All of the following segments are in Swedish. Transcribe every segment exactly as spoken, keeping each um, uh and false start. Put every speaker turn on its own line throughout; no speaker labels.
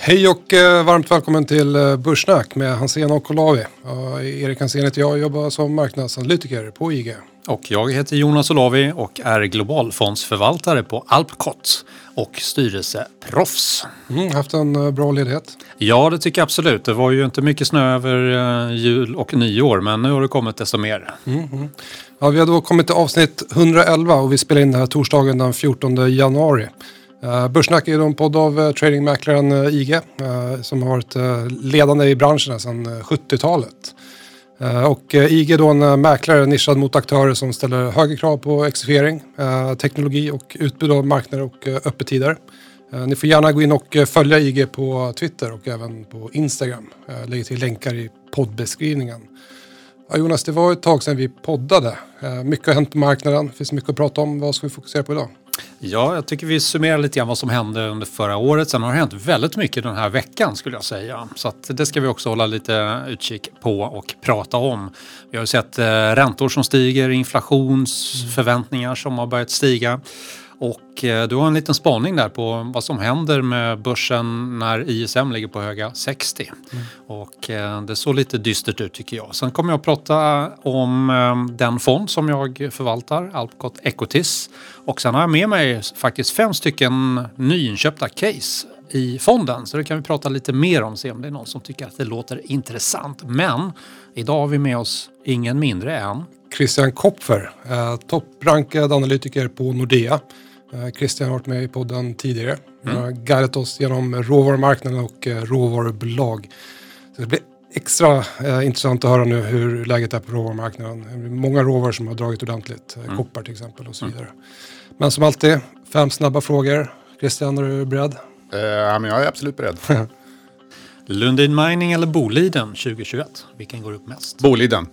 Hej och eh, varmt välkommen till eh, Börssnack med Hansén och Olavi. Uh, Erik Hansén heter jag och jobbar som marknadsanalytiker på I G.
Och jag heter Jonas Olavi och är globalfondsförvaltare på Alpcot och styrelseproffs.
Mm, haft en uh, bra ledighet?
Ja, det tycker jag absolut. Det var ju inte mycket snö över uh, jul och nyår, men nu har det kommit desto mer.
Mm, mm. Ja, vi har då kommit till avsnitt hundraelva och vi spelar in det här torsdagen den fjortonde januari. Uh, Börssnack är en podd av uh, tradingmäklaren uh, I G uh, som har varit uh, ledande i branschen sedan uh, sjuttiotalet. Uh, och uh, I G är då en uh, mäklare nischad mot aktörer som ställer högre krav på exekvering, uh, teknologi och utbud av marknader och uh, öppettider. Uh, ni får gärna gå in och uh, följa I G på Twitter och även på Instagram. Uh, lägger till länkar i poddbeskrivningen. Ja, Jonas, det var ett tag sedan vi poddade. Uh, mycket har hänt på marknaden. Det finns mycket att prata om. Vad ska vi fokusera på idag?
Ja, jag tycker vi summerar lite grann vad som hände under förra året. Sen har det hänt väldigt mycket den här veckan skulle jag säga. Så att det ska vi också hålla lite utkik på och prata om. Vi har ju sett eh, räntor som stiger, inflationsförväntningar som har börjat stiga. Och eh, du har en liten spaning där på vad som händer med börsen när I S M ligger på höga sextio. Mm. Och eh, det såg lite dystert ut tycker jag. Sen kommer jag att prata om eh, den fond som jag förvaltar, Alpcot Equities. Och sen har jag med mig faktiskt fem stycken nyinköpta case i fonden. Så det kan vi prata lite mer om, se om det är någon som tycker att det låter intressant. Men idag har vi med oss ingen mindre än
Christian Kopfer, eh, topprankad analytiker på Nordea. Eh, Christian har varit med i podden tidigare. Han har mm. guidat oss genom råvarumarknaden och eh, råvarubolag. Så det blir extra eh, intressant att höra nu hur läget är på råvarumarknaden. Det är många råvaror som har dragit ordentligt. Eh, mm. Koppar till exempel och så vidare. Mm. Men som alltid, fem snabba frågor. Christian, är du beredd?
Uh, ja, men jag är absolut beredd.
Lundin Mining eller Boliden tjugohundratjugoett? Vilken går upp mest?
Boliden.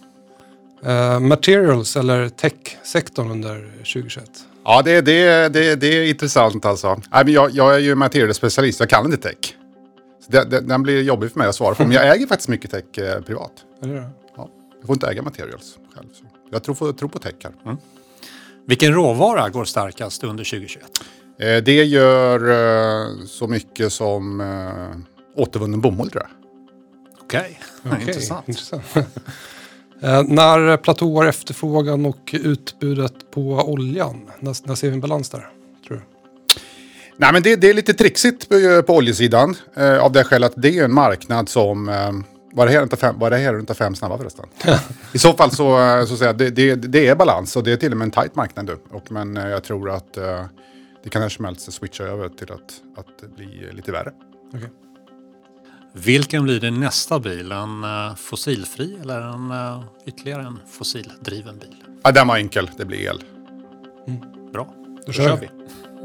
Uh, materials eller tech-sektorn under tjugohundratjugoett?
Ja, det, det, det, det är intressant alltså. Nej, men jag, jag är ju materials-specialist, jag kan inte tech. Så det, det, den blir jobbig för mig att svara på. Men jag äger faktiskt mycket tech eh, privat.
Är det?
Ja, jag får inte äga materials själv. Så. Jag tror, får, tror på tech här. Mm.
Vilken råvara går starkast under tjugohundratjugoett?
Eh, det gör eh, så mycket som eh, återvunnen bomull, tror jag.
Okej, okay. okay. Intressant.
Intressant. Eh, när platåar efterfrågan och utbudet på oljan, när, när ser vi en balans där, tror du?
Nej, men det, det är lite trixigt på, på oljesidan eh, av det skälet att det är en marknad som eh, var det här inte fem, var det här inte fem snabba förresten? I så fall så, så säga det, det, det är balans och det är till och med en tight marknad nu. Och, men eh, jag tror att eh, det kan som helst switcha över till att, att bli lite värre.
Okay.
Vilken blir det nästa bil? En uh, fossilfri eller en uh, ytterligare en fossildriven bil?
Ja, den var enkel. Det blir el.
Mm. Bra, då, då
kör,
kör
vi.
vi.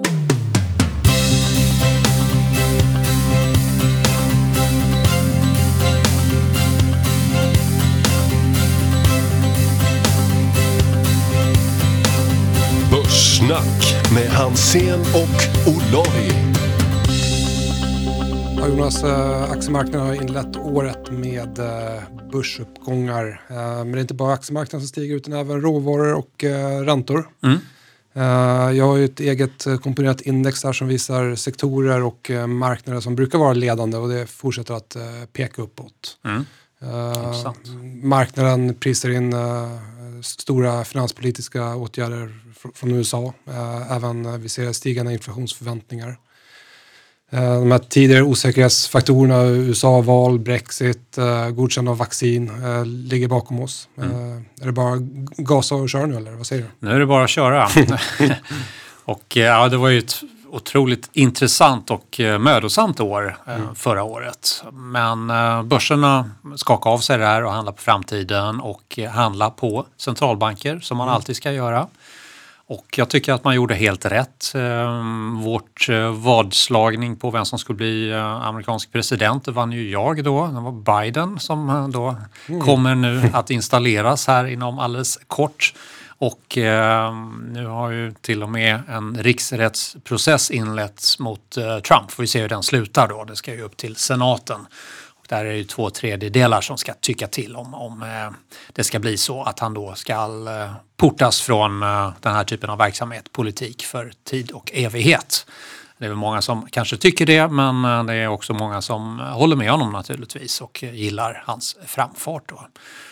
Börssnack med Hansén och Olavi.
Ja, Jonas, äh, aktiemarknaden har inlett året med äh, börsuppgångar. Äh, men det är inte bara aktiemarknaden som stiger utan även råvaror och äh, räntor. Mm. Äh, jag har ju ett eget äh, komponerat index där som visar sektorer och äh, marknader som brukar vara ledande och det fortsätter att äh, peka uppåt. Mm. Äh, marknaden prisar in äh, stora finanspolitiska åtgärder fr- från U S A. Äh, även äh, vi ser stigande inflationsförväntningar. De här tidigare osäkerhetsfaktorerna, U S A-val, Brexit, uh, godkända av vaccin uh, ligger bakom oss. Mm. Uh, är det bara gasa och köra nu eller vad säger du?
Nu är det bara att köra. Och ja, det var ju ett otroligt intressant och mödosamt år mm. förra året. Men uh, börserna skakade av sig det här och handla på framtiden och handla på centralbanker som man mm. alltid ska göra. Och jag tycker att man gjorde helt rätt. Vårt vadslagning på vem som skulle bli amerikansk president, det vann ju jag då. Det var Biden som då mm. kommer nu att installeras här inom alldeles kort. Och eh, nu har ju till och med en riksrättsprocess inletts mot eh, Trump. Får vi se hur den slutar då. Det ska ju upp till senaten. Och där är det ju två tredjedelar som ska tycka till om, om eh, det ska bli så att han då ska eh, portas från eh, den här typen av verksamhet, politik för tid och evighet. Det är väl många som kanske tycker det, men det är också många som håller med honom naturligtvis och gillar hans framfart då.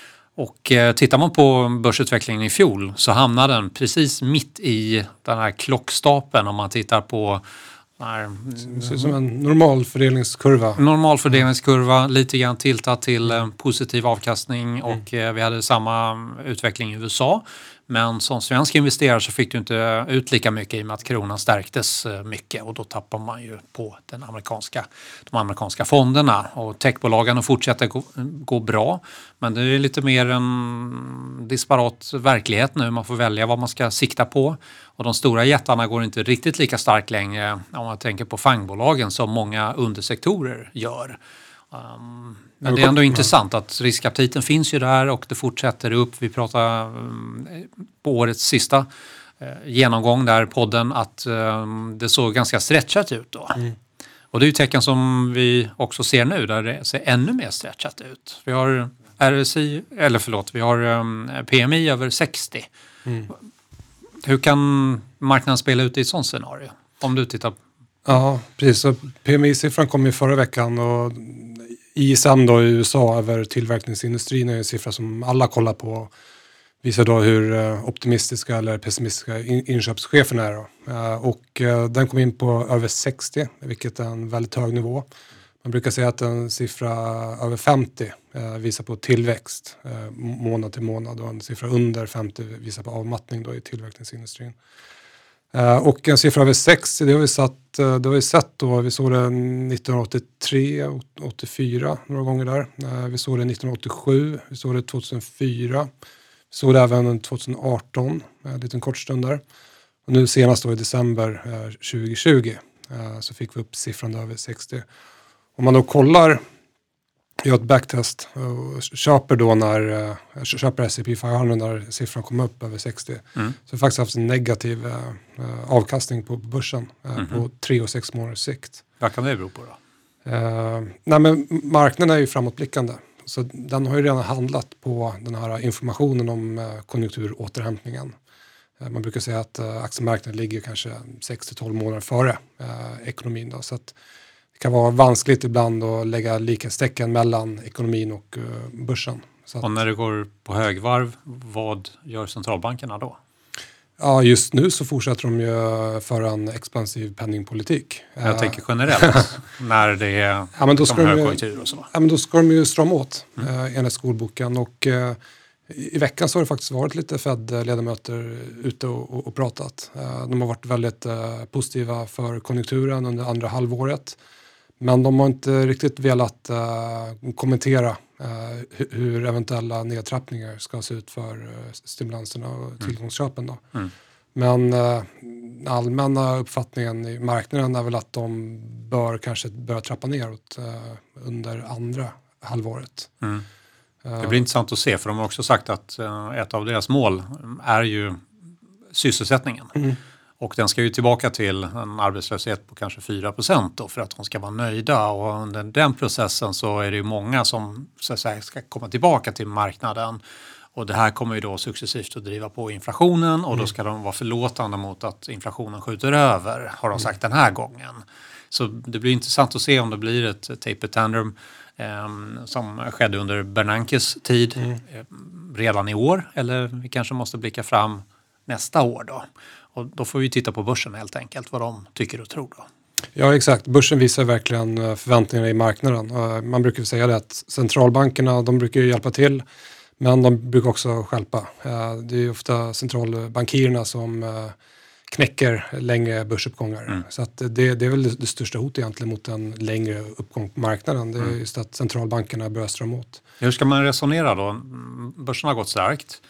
Och eh, tittar man på börsutvecklingen i fjol så hamnar den precis mitt i den här klockstapeln om man tittar på när,
det ser ut som en normal fördelningskurva.
Normal fördelningskurva, lite grann tiltat till eh, positiv avkastning och eh, vi hade samma utveckling i U S A. Men som svensk investerare så fick du inte ut lika mycket i och med att kronan stärktes mycket och då tappar man ju på den amerikanska, de amerikanska fonderna. Och techbolagen fortsätter gå, gå bra, men det är lite mer en disparat verklighet nu. Man får välja vad man ska sikta på och de stora jättarna går inte riktigt lika starkt längre om man tänker på fangbolagen som många undersektorer gör. Um, men det är ändå intressant att riskaptiten finns ju där och det fortsätter upp. Vi pratar um, på årets sista uh, genomgång där podden att um, det såg ganska stretchat ut då. Mm. Och det är ju tecken som vi också ser nu där det ser ännu mer stretchat ut. Vi har R S I, eller förlåt, vi har um, P M I över sextio. Mm. Hur kan marknaden spela ut i ett sånt scenario? Om du tittar på...
Ja, precis. Så P M I-siffran kom ju förra veckan och I S M då i U S A över tillverkningsindustrin är en siffra som alla kollar på. Visar då hur optimistiska eller pessimistiska inköpscheferna är då. Och den kom in på över sextio, vilket är en väldigt hög nivå. Man brukar säga att en siffra över femtio visar på tillväxt månad till månad och en siffra under femtio visar på avmattning då i tillverkningsindustrin. Uh, och en siffra över sextio, det har vi, satt, uh, det har vi sett då, vi såg det nittonhundraåttiotre, åttiofyra några gånger där. Uh, vi såg det nittonhundraåttiosju, vi såg det tjugohundrafyra, vi såg det även tjugoarton, uh, en liten kort stund där. Och nu senast då i december uh, tjugohundratjugo uh, så fick vi upp siffran över sextio. Om man då kollar, gör ett backtest och köper då när äh, köper S and P femhundra när siffran kommer upp över sextio. Mm. Så har faktiskt haft en negativ äh, avkastning på börsen äh, mm-hmm. på tre och sex månaders sikt.
Vad kan det bero på då?
Äh, nej men marknaden är ju framåtblickande. Så den har ju redan handlat på den här informationen om äh, konjunkturåterhämtningen. Äh, man brukar säga att äh, aktiemarknaden ligger kanske sex till tolv månader före äh, ekonomin då. Så att det kan vara vanskligt ibland att lägga likhetstecken mellan ekonomin och uh, börsen. Så att,
och när det går på högvarv, vad gör centralbankerna då?
Ja, just nu så fortsätter de ju föra en expansiv penningpolitik.
Jag uh, tänker generellt, när det är
ja, men då ska
högkonjunktur och så.
Ja, men då ska de ju strama åt mm. uh, enligt skolboken. Och uh, i veckan så har det faktiskt varit lite Fed-ledamöter ute och, och, och pratat. Uh, de har varit väldigt uh, positiva för konjunkturen under andra halvåret. Men de har inte riktigt velat uh, kommentera uh, hur eventuella nedtrappningar ska se ut för uh, stimulanserna och tillgångsköpen. Då. Mm. Men uh, allmänna uppfattningen i marknaden är väl att de bör kanske börja trappa neråt uh, under andra halvåret.
Mm. Det blir intressant att se, för de har också sagt att uh, ett av deras mål är ju sysselsättningen. Mm. Och den ska ju tillbaka till en arbetslöshet på kanske fyra procent då för att de ska vara nöjda. Och under den processen så är det ju många som så att säga, ska komma tillbaka till marknaden. Och det här kommer ju då successivt att driva på inflationen och då ska de vara förlåtande mot att inflationen skjuter över, har de sagt den här gången. Så det blir intressant att se om det blir ett taper tantrum eh, som skedde under Bernankes tid mm. eh, redan i år. Eller vi kanske måste blicka fram nästa år då. Och då får vi titta på börsen helt enkelt, vad de tycker och tror då.
Ja, exakt. Börsen visar verkligen förväntningarna i marknaden. Man brukar säga det att centralbankerna, de brukar ju hjälpa till, men de brukar också stjälpa. Det är ju ofta centralbankirerna som knäcker längre börsuppgångar. Mm. Så att det, det är väl det, det största hotet egentligen mot en längre uppgång på marknaden. Det är mm. just att centralbankerna börjar strömma åt.
Hur ska man resonera då? Börsen har gått starkt.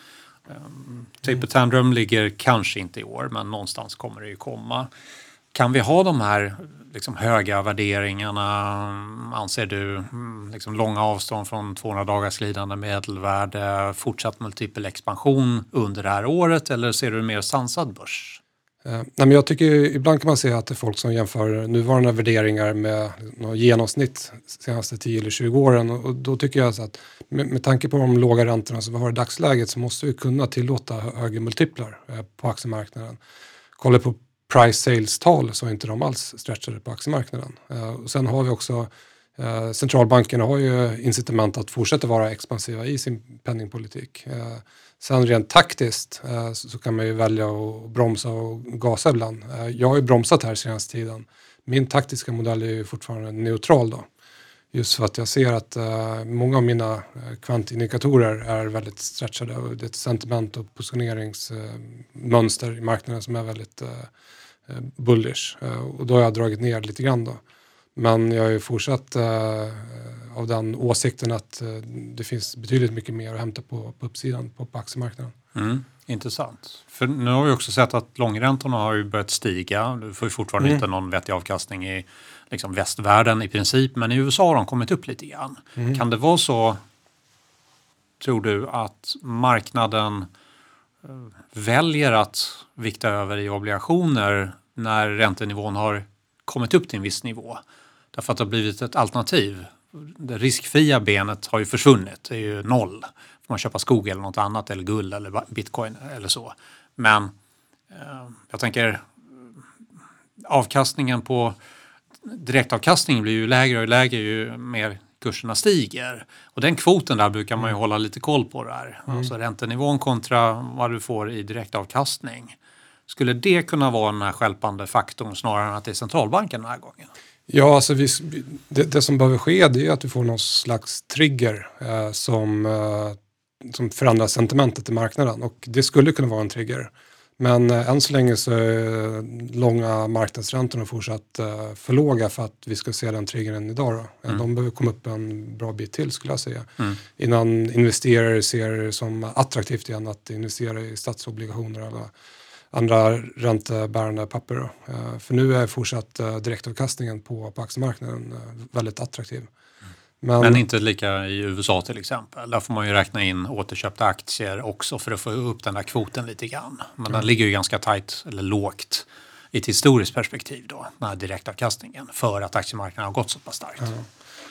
Um, taper tantrum ligger kanske inte i år, men någonstans kommer det ju komma. Kan vi ha de här liksom, höga värderingarna, anser du, liksom, långa avstånd från tvåhundra dagars glidande medelvärde, fortsatt multipel expansion under det här året, eller ser du en mer sansad börs?
Uh, nej, men jag tycker ibland kan man säga att det är folk som jämför nuvarande värderingar med något genomsnitt senaste tio eller tjugo åren, och, och då tycker jag så att med, med tanke på de låga räntorna som vi har i dagsläget så måste vi kunna tillåta högre multiplar uh, på aktiemarknaden. Kolla på price sales-tal så är inte de alls stretchade på aktiemarknaden. Uh, och sen har vi också uh, centralbankerna har ju incitament att fortsätta vara expansiva i sin penningpolitik. Uh, sen rent taktiskt uh, så, så kan man ju välja att bromsa och gasa ibland. Uh, jag har ju bromsat här senaste tiden. Min taktiska modell är ju fortfarande neutral då. Just för att jag ser att uh, många av mina uh, kvantindikatorer är väldigt stretchade och det är ett sentiment och positioneringsmönster uh, i marknaden som är väldigt uh, uh, bullish. Uh, och då har jag dragit ner lite grann då. Men jag har ju fortsatt uh, av den åsikten att uh, det finns betydligt mycket mer att hämta på, på uppsidan på, på aktiemarknaden.
Mm, intressant. För nu har vi också sett att långräntorna har ju börjat stiga. Du får ju fortfarande mm. inte någon vettig avkastning i liksom västvärlden i princip. Men i U S A har de kommit upp lite grann. Mm. Kan det vara så, tror du, att marknaden väljer att vikta över i obligationer när räntenivån har kommit upp till en viss nivå? Därför att det har blivit ett alternativ. Det riskfria benet har ju försvunnit. Det är ju noll. Får man köpa skog eller något annat eller guld eller bitcoin eller så. Men eh, jag tänker avkastningen på direktavkastningen blir ju lägre och lägre ju mer kurserna stiger. Och den kvoten där brukar man ju hålla lite koll på där. Mm. Alltså räntenivån kontra vad du får i direktavkastning. Skulle det kunna vara den här stjälpande faktorn snarare än att det är centralbanken den här gången?
Ja, alltså vi, det, det som behöver ske det är att vi får någon slags trigger eh, som, eh, som förändrar sentimentet i marknaden. Och det skulle kunna vara en trigger. Men eh, än så länge så är långa marknadsräntorna fortsatt eh, för låga för att vi ska se den triggern idag. Då. Mm. De behöver komma upp en bra bit till skulle jag säga. Mm. Innan investerare ser det som attraktivt igen att investera i statsobligationer eller andra räntebärande papper. Då. Uh, för nu är fortsatt uh, direktavkastningen på, på aktiemarknaden uh, väldigt attraktiv. Mm. Men,
Men inte lika i U S A till exempel. Där får man ju räkna in återköpta aktier också för att få upp den där kvoten lite grann. Men mm. den ligger ju ganska tajt eller lågt i ett historiskt perspektiv då, den här direktavkastningen, för att aktiemarknaden har gått så pass starkt. Mm.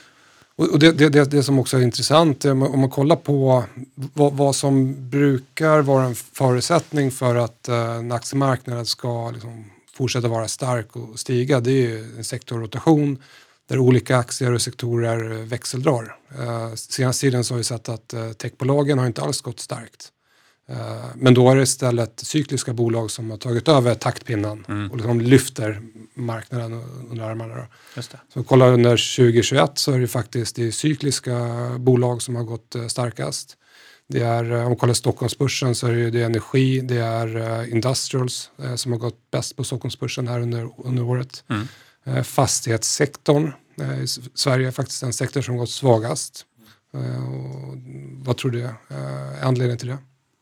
Och det, det, det, det som också är intressant om man, om man kollar på vad, vad som brukar vara en förutsättning för att eh, en aktiemarknad ska liksom fortsätta vara stark och stiga, det är en sektorrotation där olika aktier och sektorer växeldrar. Eh, senaste tiden så har vi sett att eh, techbolagen har inte alls gått starkt. Eh, men då är det istället cykliska bolag som har tagit över taktpinnen mm. och liksom lyfter marknaden under armarna. Då.
Just det.
Så kolla under tjugohundratjugoett så är det faktiskt det cykliska bolag som har gått eh, starkast. Det är, om man kollar Stockholmsbörsen så är det, det är energi, det är uh, industrials uh, som har gått bäst på Stockholmsbörsen här under, under året. Mm. Uh, fastighetssektorn uh, i Sverige är faktiskt en sektor som har gått svagast. Uh, och vad tror du är uh, anledningen till det?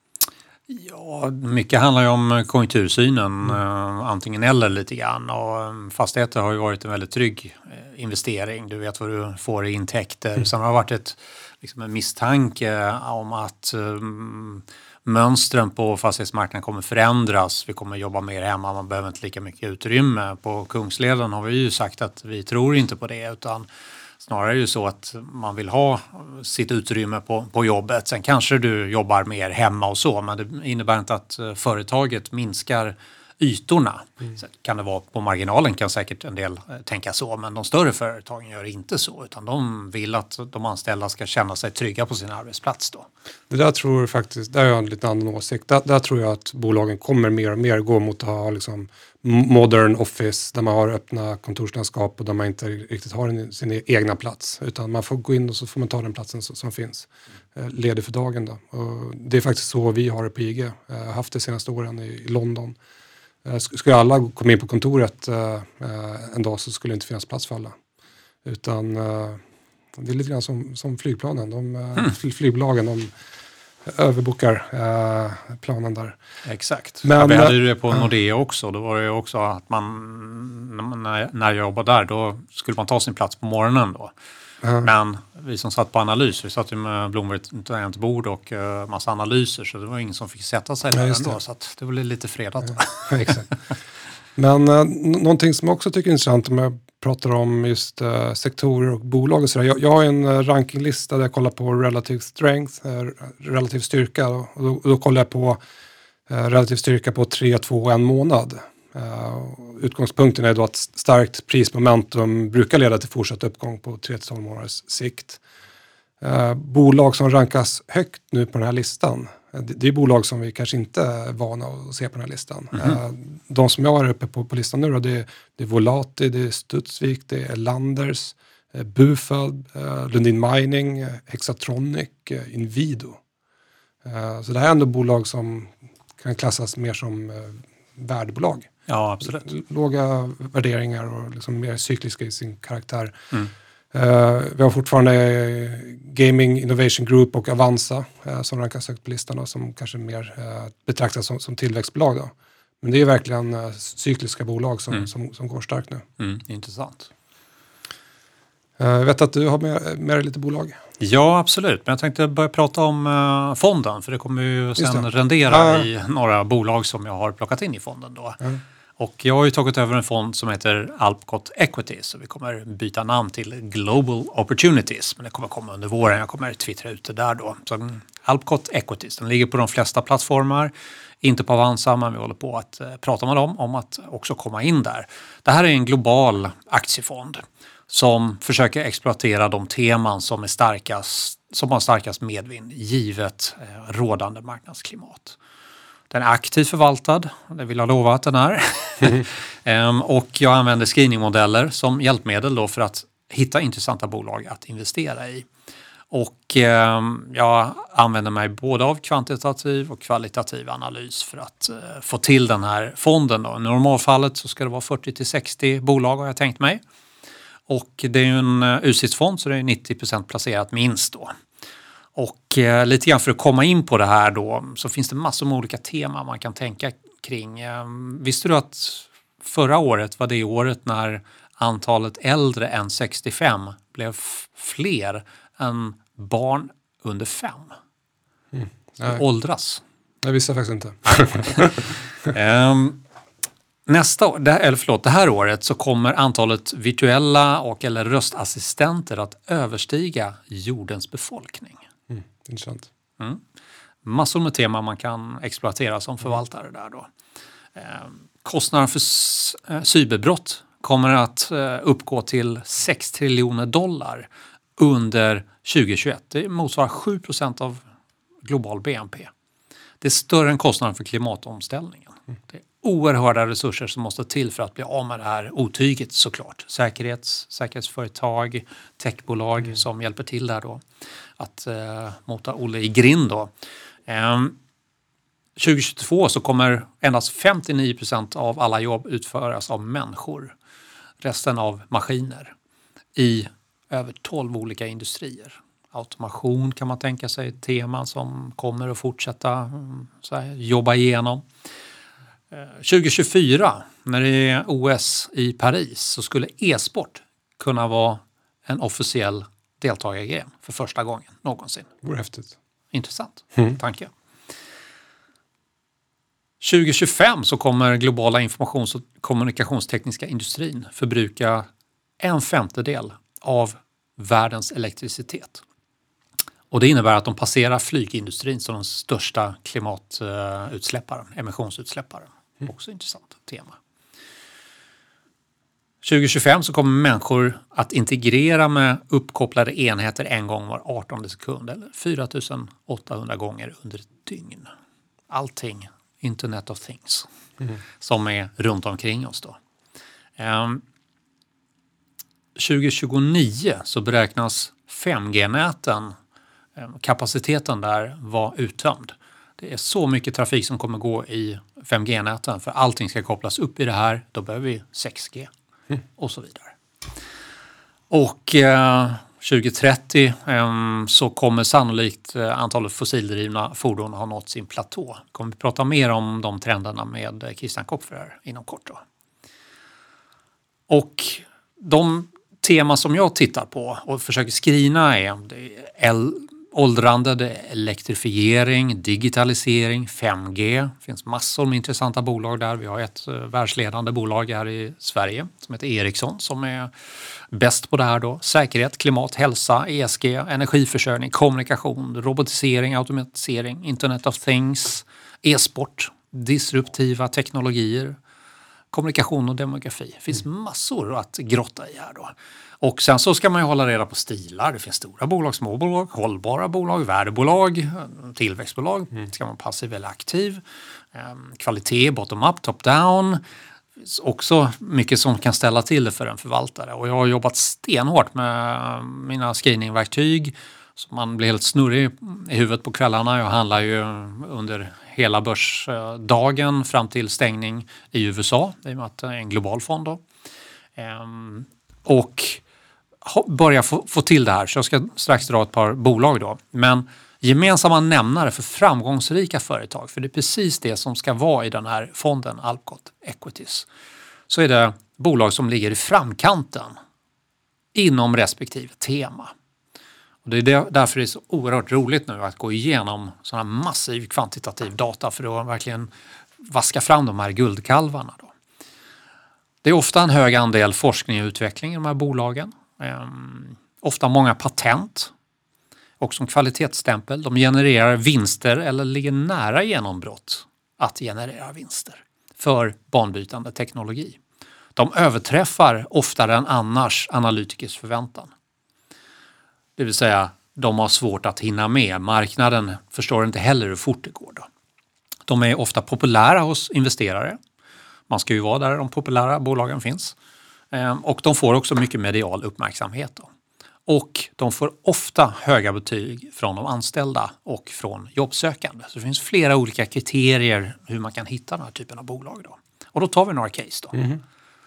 Ja, mycket handlar ju om konjunktursynen, mm. uh, antingen eller lite grann. Och um, fastigheter har ju varit en väldigt trygg uh, investering. Du vet vad du får i intäkter. Mm. Sen har det varit ett, liksom en misstanke om att um, mönstren på fastighetsmarknaden kommer förändras. Vi kommer jobba mer hemma, man behöver inte lika mycket utrymme. På Kungsleden har vi ju sagt att vi tror inte på det, utan snarare är det ju så att man vill ha sitt utrymme på, på jobbet. Sen kanske du jobbar mer hemma och så, men det innebär inte att företaget minskar ytorna. Mm. Så kan det vara på marginalen, kan säkert en del tänka så, men de större företagen gör inte så, utan de vill att de anställda ska känna sig trygga på sin arbetsplats då.
Det där tror jag faktiskt, där har jag en lite annan åsikt. Där, där tror jag att bolagen kommer mer och mer gå mot att ha liksom modern office där man har öppna kontorslandskap och där man inte riktigt har en, sin egna plats, utan man får gå in och så får man ta den platsen som, som finns eh, ledig för dagen då. Och det är faktiskt så vi har det på I G, eh, haft det senaste åren i, i London. Eh, skulle alla komma in på kontoret eh, en dag så skulle det inte finnas plats för alla, utan eh, det är lite grann som, som flygplanen, de, mm. flygbolagen de överbokar eh, planen där.
Exakt. Men, ja, vi hade ju det på Nordea också. Då var det ju också att man, när, när jag jobbade där, då skulle man ta sin plats på morgonen då. Uh-huh. Men vi som satt på analys, vi satt ju med blommor ett bord och uh, massa analyser, så det var ingen som fick sätta sig där ändå, så att det blev lite fredat.
Ja, exakt. Men uh, n- någonting som jag också tycker är intressant om jag pratar om just uh, sektorer och bolag och sådär. Jag, jag har en uh, rankinglista där jag kollar på relative strength, uh, relativ styrka. Och då, och då kollar jag på uh, relativ styrka på tre, två och en månad. Uh, utgångspunkten är då att starkt prismomentum brukar leda till fortsatt uppgång på tre till tolv månaders sikt. Uh, bolag som rankas högt nu på den här listan, uh, det, det är bolag som vi kanske inte är vana att se på den här listan. Mm-hmm. Uh, de som jag har uppe på, på listan nu då, det, det är Volati, det är Studsvik, det är Landers, uh, Bufab, uh, Lundin Mining, uh, Hexatronic, uh, Inwido. Uh, så det här är ändå bolag som kan klassas mer som uh, värdebolag.
Ja, absolut.
Låga värderingar och liksom mer cykliska i sin karaktär.
Mm.
Uh, vi har fortfarande Gaming Innovation Group och Avanza uh, som rankas högt på listan och som kanske mer uh, betraktas som, som tillväxtbolag. Då. Men det är verkligen uh, cykliska bolag som, mm. som, som går starkt nu.
Mm, intressant.
Uh, jag vet att du har med, med dig lite bolag.
Ja, absolut. Men jag tänkte börja prata om uh, fonden. För det kommer ju sen rendera
ja.
i några bolag som jag har plockat in i fonden då.
Mm.
Och jag har ju tagit över en fond som heter Alpcot Equities. Så vi kommer byta namn till Global Opportunities. Men det kommer komma under våren. Jag kommer twittra ut det där då. Så Alpcot Equities, den ligger på de flesta plattformar. Inte på Avanza, men vi håller på att uh, prata med dem om att också komma in där. Det här är en global aktiefond som försöker exploatera de teman som är starkast, som har starkast medvind givet eh, rådande marknadsklimat. Den är aktivt förvaltad, det vill jag lova att den är. ehm, och jag använder screeningmodeller som hjälpmedel då för att hitta intressanta bolag att investera i. Och eh, jag använder mig både av kvantitativ och kvalitativ analys för att eh, få till den här fonden då. I normalfallet så ska det vara fyrtio till sextio bolag har jag tänkt mig. Och det är ju en U C I T-fond så det är nittio procent placerat minst då. Och eh, lite grann för att komma in på det här då så finns det massor med olika teman man kan tänka kring. Eh, visste du att förra året var det året när antalet äldre än sextiofem blev f- fler än barn under fem? Mm.
Nej.
Åldras.
Jag visste faktiskt inte.
um, Nästa år, eller förlåt, det här året så kommer antalet virtuella och eller röstassistenter att överstiga jordens befolkning.
Mm, intressant.
Mm. Massor med teman man kan exploatera som förvaltare där då. Eh, kostnaden för s- eh, cyberbrott kommer att eh, uppgå till sex triljoner dollar under tjugohundratjugoett. Det motsvarar sju procent av global B N P. Det är större än kostnaden för klimatomställningen. Mm. Det är oerhörda resurser som måste till för att bli av med det här otyget såklart. Säkerhets, säkerhetsföretag, techbolag mm. som hjälper till där då. Att eh, mota Olle i grind då. Eh, tjugohundratjugotvå så kommer endast femtionio procent av alla jobb utföras av människor. Resten av maskiner i över tolv olika industrier. Automation kan man tänka sig ett tema som kommer att fortsätta så här, jobba igenom. tjugohundratjugofyra när det är O S i Paris så skulle e-sport kunna vara en officiell deltagargren för första gången någonsin.
Det vore häftigt.
Intressant
Mm.
tanke. tjugohundratjugofem så kommer globala informations- och kommunikationstekniska industrin förbruka en femtedel av världens elektricitet. Och det innebär att de passerar flygindustrin som den största klimatutsläpparen, emissionsutsläpparen. Mm. Också intressant tema. tjugohundratjugofem så kommer människor att integrera med uppkopplade enheter en gång var artonde sekund eller fyra tusen åttahundra gånger under ett dygn. Allting, Internet of Things, mm. som är runt omkring oss då. Um, tjugohundratjugonio så beräknas fem G-näten, kapaciteten där var uttömd. Det är så mycket trafik som kommer gå i fem G-näten för allting ska kopplas upp i det här. Då behöver vi sex G mm. och så vidare. Och eh, tjugohundratrettio eh, så kommer sannolikt eh, antalet fossildrivna fordon ha nått sin platå. Vi kommer att prata mer om de trenderna med Christian Kopfer här inom kort då. Och de teman som jag tittar på och försöker skrina är, det är el- åldrande, det är elektrifiering, digitalisering, fem G. Det finns massor med intressanta bolag där. Vi har ett uh, världsledande bolag här i Sverige som heter Ericsson som är bäst på det här då. Säkerhet, klimat, hälsa, E S G, energiförsörjning, kommunikation, robotisering, automatisering, Internet of Things, e-sport, disruptiva teknologier. kommunikation och demografi. Det finns massor att grotta i här då. Och sen så ska man ju hålla reda på stilar. Det finns stora bolag, små bolag, hållbara bolag, värdebolag, tillväxtbolag. Mm. Ska man passiv eller aktiv? Um, kvalitet, bottom-up, top-down. Också mycket som kan ställa till det för en förvaltare. Och jag har jobbat stenhårt med mina screeningverktyg. Så man blir helt snurrig i huvudet på kvällarna. Jag handlar ju under hela börsdagen fram till stängning i U S A. I och med att det är en global fond då. Um, och börja få, få till det här. Så jag ska strax dra ett par bolag då. Men gemensamma nämnare för framgångsrika företag. För det är precis det som ska vara i den här fonden Alpcot Equities. Så är det bolag som ligger i framkanten inom respektive tema. Och det är därför det är så oerhört roligt nu att gå igenom sån här massiv kvantitativ data för att verkligen vaska fram de här guldkalvarna då. Det är ofta en hög andel forskning och utveckling i de här bolagen. Um, ofta många patent och som kvalitetsstämpel. De genererar vinster eller ligger nära genombrott att generera vinster för banbrytande teknologi. De överträffar oftare än annars analytikers förväntan. Det vill säga, de har svårt att hinna med. Marknaden förstår inte heller hur fort det går då. De är ofta populära hos investerare. Man ska ju vara där de populära bolagen finns. Och de får också mycket medial uppmärksamhet då. Och de får ofta höga betyg från de anställda och från jobbsökande. Så det finns flera olika kriterier hur man kan hitta den här typen av bolag då. Och då tar vi några case då. Mm.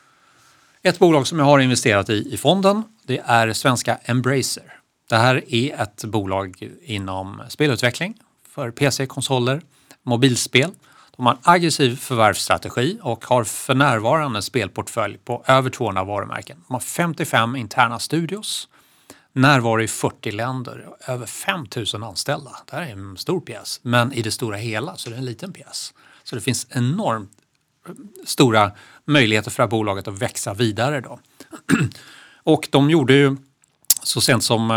Ett bolag som jag har investerat i i fonden, det är svenska Embracer. Det här är ett bolag inom spelutveckling för P C, konsoler, mobilspel. De har en aggressiv förvärvsstrategi och har för närvarande spelportfölj på över tvåhundra varumärken. De har femtiofem interna studios, närvaro i fyrtio länder, över fem tusen anställda. Det här är en stor pjäs, men i det stora hela så är det en liten pjäs. Så det finns enormt stora möjligheter för det här bolaget att växa vidare då. Och de gjorde ju så sent som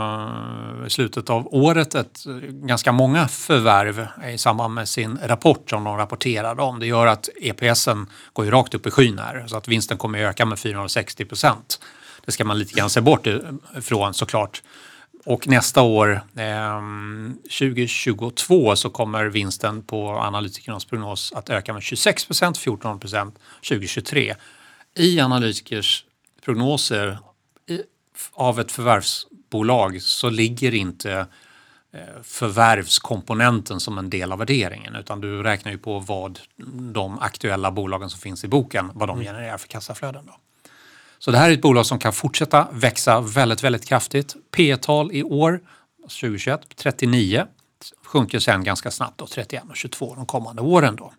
uh, slutet av året ett ganska många förvärv i samband med sin rapport som de rapporterade om. Det gör att E P S:en går ju rakt upp i skyn här så att vinsten kommer att öka med fyrahundrasextio procent. Det ska man lite grann se bort ifrån såklart. Och nästa år, eh, tjugohundratjugotvå, så kommer vinsten på analytikernas prognos att öka med tjugosex procent, fjorton procent tjugohundratjugotre. I analytikers prognoser i, av ett förvärvsbolag så ligger inte eh, förvärvskomponenten som en del av värderingen, utan du räknar ju på vad de aktuella bolagen som finns i boken, vad de genererar för kassaflöden då. Så det här är ett bolag som kan fortsätta växa väldigt, väldigt kraftigt. P E-tal i år, tjugohundratjugoett, trettionio. Sjunker sen ganska snabbt då, trettioett och tjugotvå de kommande åren då.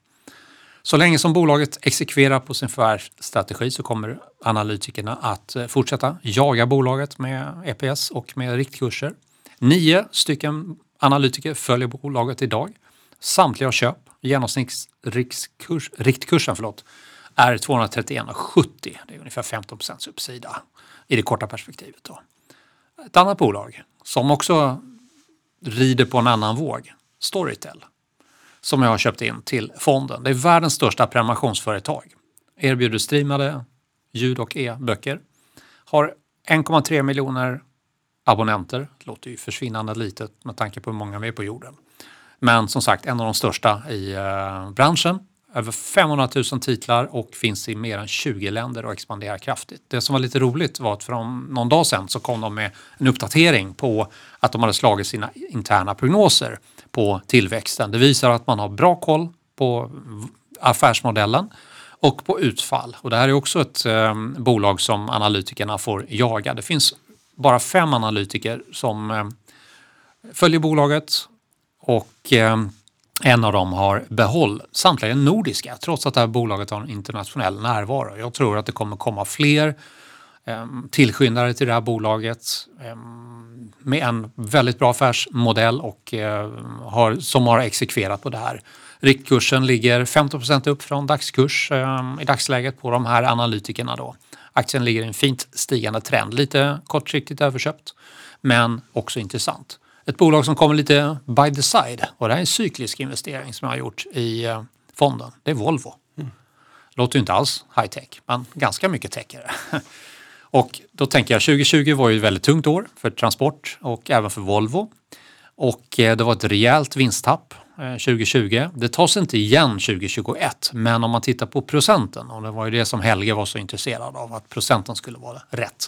Så länge som bolaget exekverar på sin förvärvsstrategi så kommer analytikerna att fortsätta jaga bolaget med E P S och med riktkurser. Nio stycken analytiker följer bolaget idag. Samtliga köp, genomsnittsriktkurs, riktkursen förlåt, är tvåhundratrettioett komma sjuttio. Det är ungefär femton procent uppsida i det korta perspektivet då. Ett annat bolag som också rider på en annan våg, Storytel, som jag har köpt in till fonden. Det är världens största prenumerationsföretag. Erbjuder streamade ljud- och e-böcker. Har en komma tre miljoner abonnenter. Det låter ju försvinnande litet med tanke på hur många vi är på jorden. Men som sagt, en av de största i uh, branschen. Över femhundratusen titlar och finns i mer än tjugo länder och expanderar kraftigt. Det som var lite roligt var att för någon dag sedan så kom de med en uppdatering på att de hade slagit sina interna prognoser på tillväxten. Det visar att man har bra koll på affärsmodellen och på utfall. Och det här är också ett eh, bolag som analytikerna får jaga. Det finns bara fem analytiker som eh, följer bolaget och eh, en av dem har behåll, samtliga nordiska, trots att det här bolaget har en internationell närvaro. Jag tror att det kommer komma fler eh, tillskyndare till det här bolaget eh, med en väldigt bra affärsmodell och eh, har, som har exekverat på det här. Riktkursen ligger femton procent upp från dagskurs eh, i dagsläget på de här analytikerna då. Aktien ligger i en fint stigande trend, lite kortsiktigt överköpt, men också intressant. Ett bolag som kommer lite by the side, och det här är en cyklisk investering som jag har gjort i fonden, det är Volvo. Mm. Låter ju inte alls high tech, men ganska mycket tech är det. Och då tänker jag, tjugo tjugo var ju ett väldigt tungt år för transport och även för Volvo. Och det var ett rejält vinsttapp tjugo tjugo. Det tas inte igen tjugo tjugoett, men om man tittar på procenten, och det var ju det som Helge var så intresserad av, att procenten skulle vara rätt,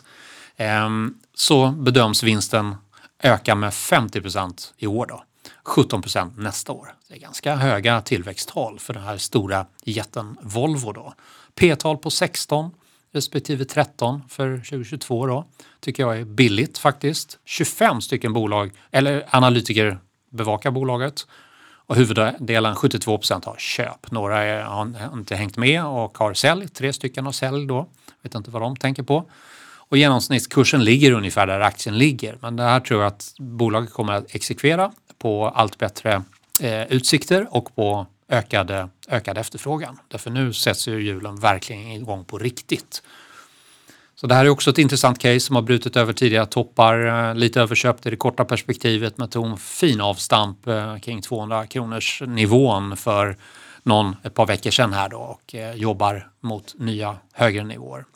så bedöms vinsten öka med femtio procent i år då. sjutton procent nästa år. Det är ganska höga tillväxttal för den här stora jätten Volvo då. P-tal på sexton respektive tretton för tjugo tjugotvå då. Tycker jag är billigt faktiskt. tjugofem stycken bolag, eller analytiker bevakar bolaget. Och huvuddelen, sjuttiotvå procent, har köp. Några är, har inte hängt med och har sälj. Tre stycken har sälj då. Vet inte vad de tänker på. Och genomsnittskursen ligger ungefär där aktien ligger. Men det här tror jag att bolaget kommer att exekvera på allt bättre eh, utsikter och på ökade, ökad efterfrågan. Därför nu sätts ju hjulen verkligen igång på riktigt. Så det här är också ett intressant case som har brutit över tidigare toppar, lite överköpt i det korta perspektivet, men tog en fin avstamp kring tvåhundra kronors nivån för någon, ett par veckor sedan här då, och jobbar mot nya högre nivåer.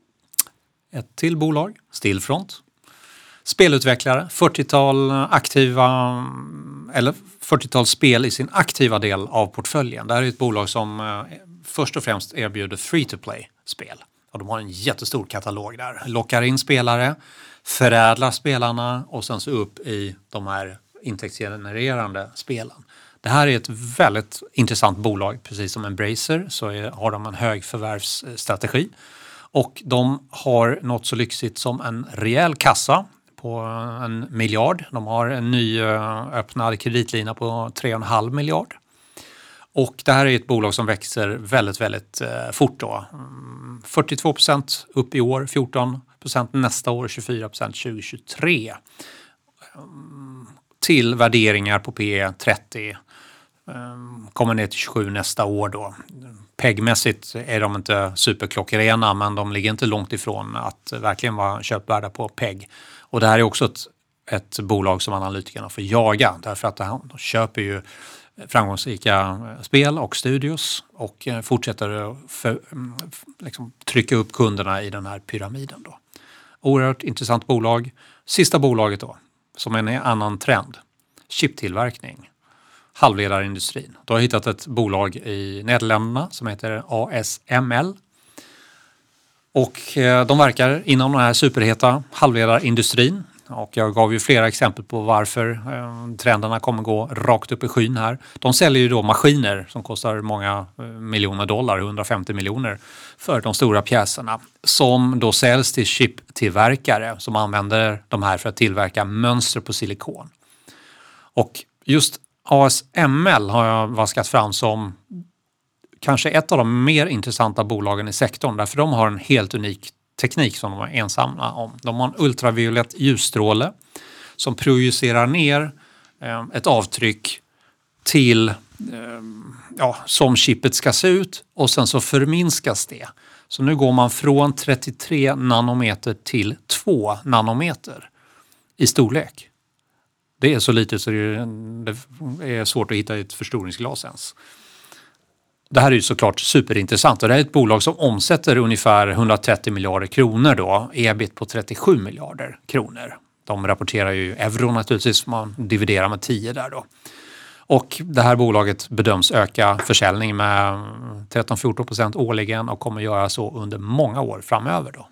Ett till bolag, Stillfront. Spelutvecklare, fyrtiotal aktiva, eller fyrtiotal spel i sin aktiva del av portföljen. Det här är ett bolag som först och främst erbjuder free-to-play-spel. Och de har en jättestor katalog där. Lockar in spelare, förädlar spelarna och sen så upp i de här intäktsgenererande spelen. Det här är ett väldigt intressant bolag. Precis som Embracer så är, har de en hög förvärvsstrategi. Och de har något så lyxigt som en rejäl kassa på en miljard. De har en ny öppnad kreditlina på tre komma fem miljard. Och det här är ett bolag som växer väldigt, väldigt eh, fort då. fyrtiotvå procent upp i år, fjorton procent nästa år, tjugofyra procent tjugo tjugotre. Um, till värderingar på P E trettio. Um, kommer ner till tjugosju nästa år då. P E G-mässigt är de inte superklockrena, men de ligger inte långt ifrån att verkligen vara köpvärda på P E G. Och det här är också ett, ett bolag som analytikerna får jaga. Därför att de köper ju framgångsrika spel och studios och fortsätter för, liksom, trycka upp kunderna i den här pyramiden då. Oerhört intressant bolag. Sista bolaget då, som är en annan trend. Chiptillverkning. Halvledarindustrin. Då har jag hittat ett bolag i Nederländerna som heter A S M L. Och de verkar inom den här superheta halvledarindustrin. Och jag gav ju flera exempel på varför eh, trenderna kommer gå rakt upp i skyn här. De säljer ju då maskiner som kostar många eh, miljoner dollar, hundrafemtio miljoner, för de stora pjäserna. Som då säljs till chiptillverkare som använder de här för att tillverka mönster på silikon. Och just A S M L har jag vaskat fram som kanske ett av de mer intressanta bolagen i sektorn. Därför de har en helt unik teknik som de är ensamma om. De har en ultraviolett ljusstråle som projicerar ner eh, ett avtryck till eh, ja, som chippet ska se ut och sen så förminskas det. Så nu går man från trettiotre nanometer till två nanometer i storlek. Det är så lite så det är svårt att hitta ett förstoringsglas ens. Det här är ju såklart superintressant och det är ett bolag som omsätter ungefär hundratrettio miljarder kronor då, ebit på trettiosju miljarder kronor. De rapporterar ju euro naturligtvis, man dividerar med tio där då. Och det här bolaget bedöms öka försäljning med tretton till fjorton procent årligen och kommer göra så under många år framöver då.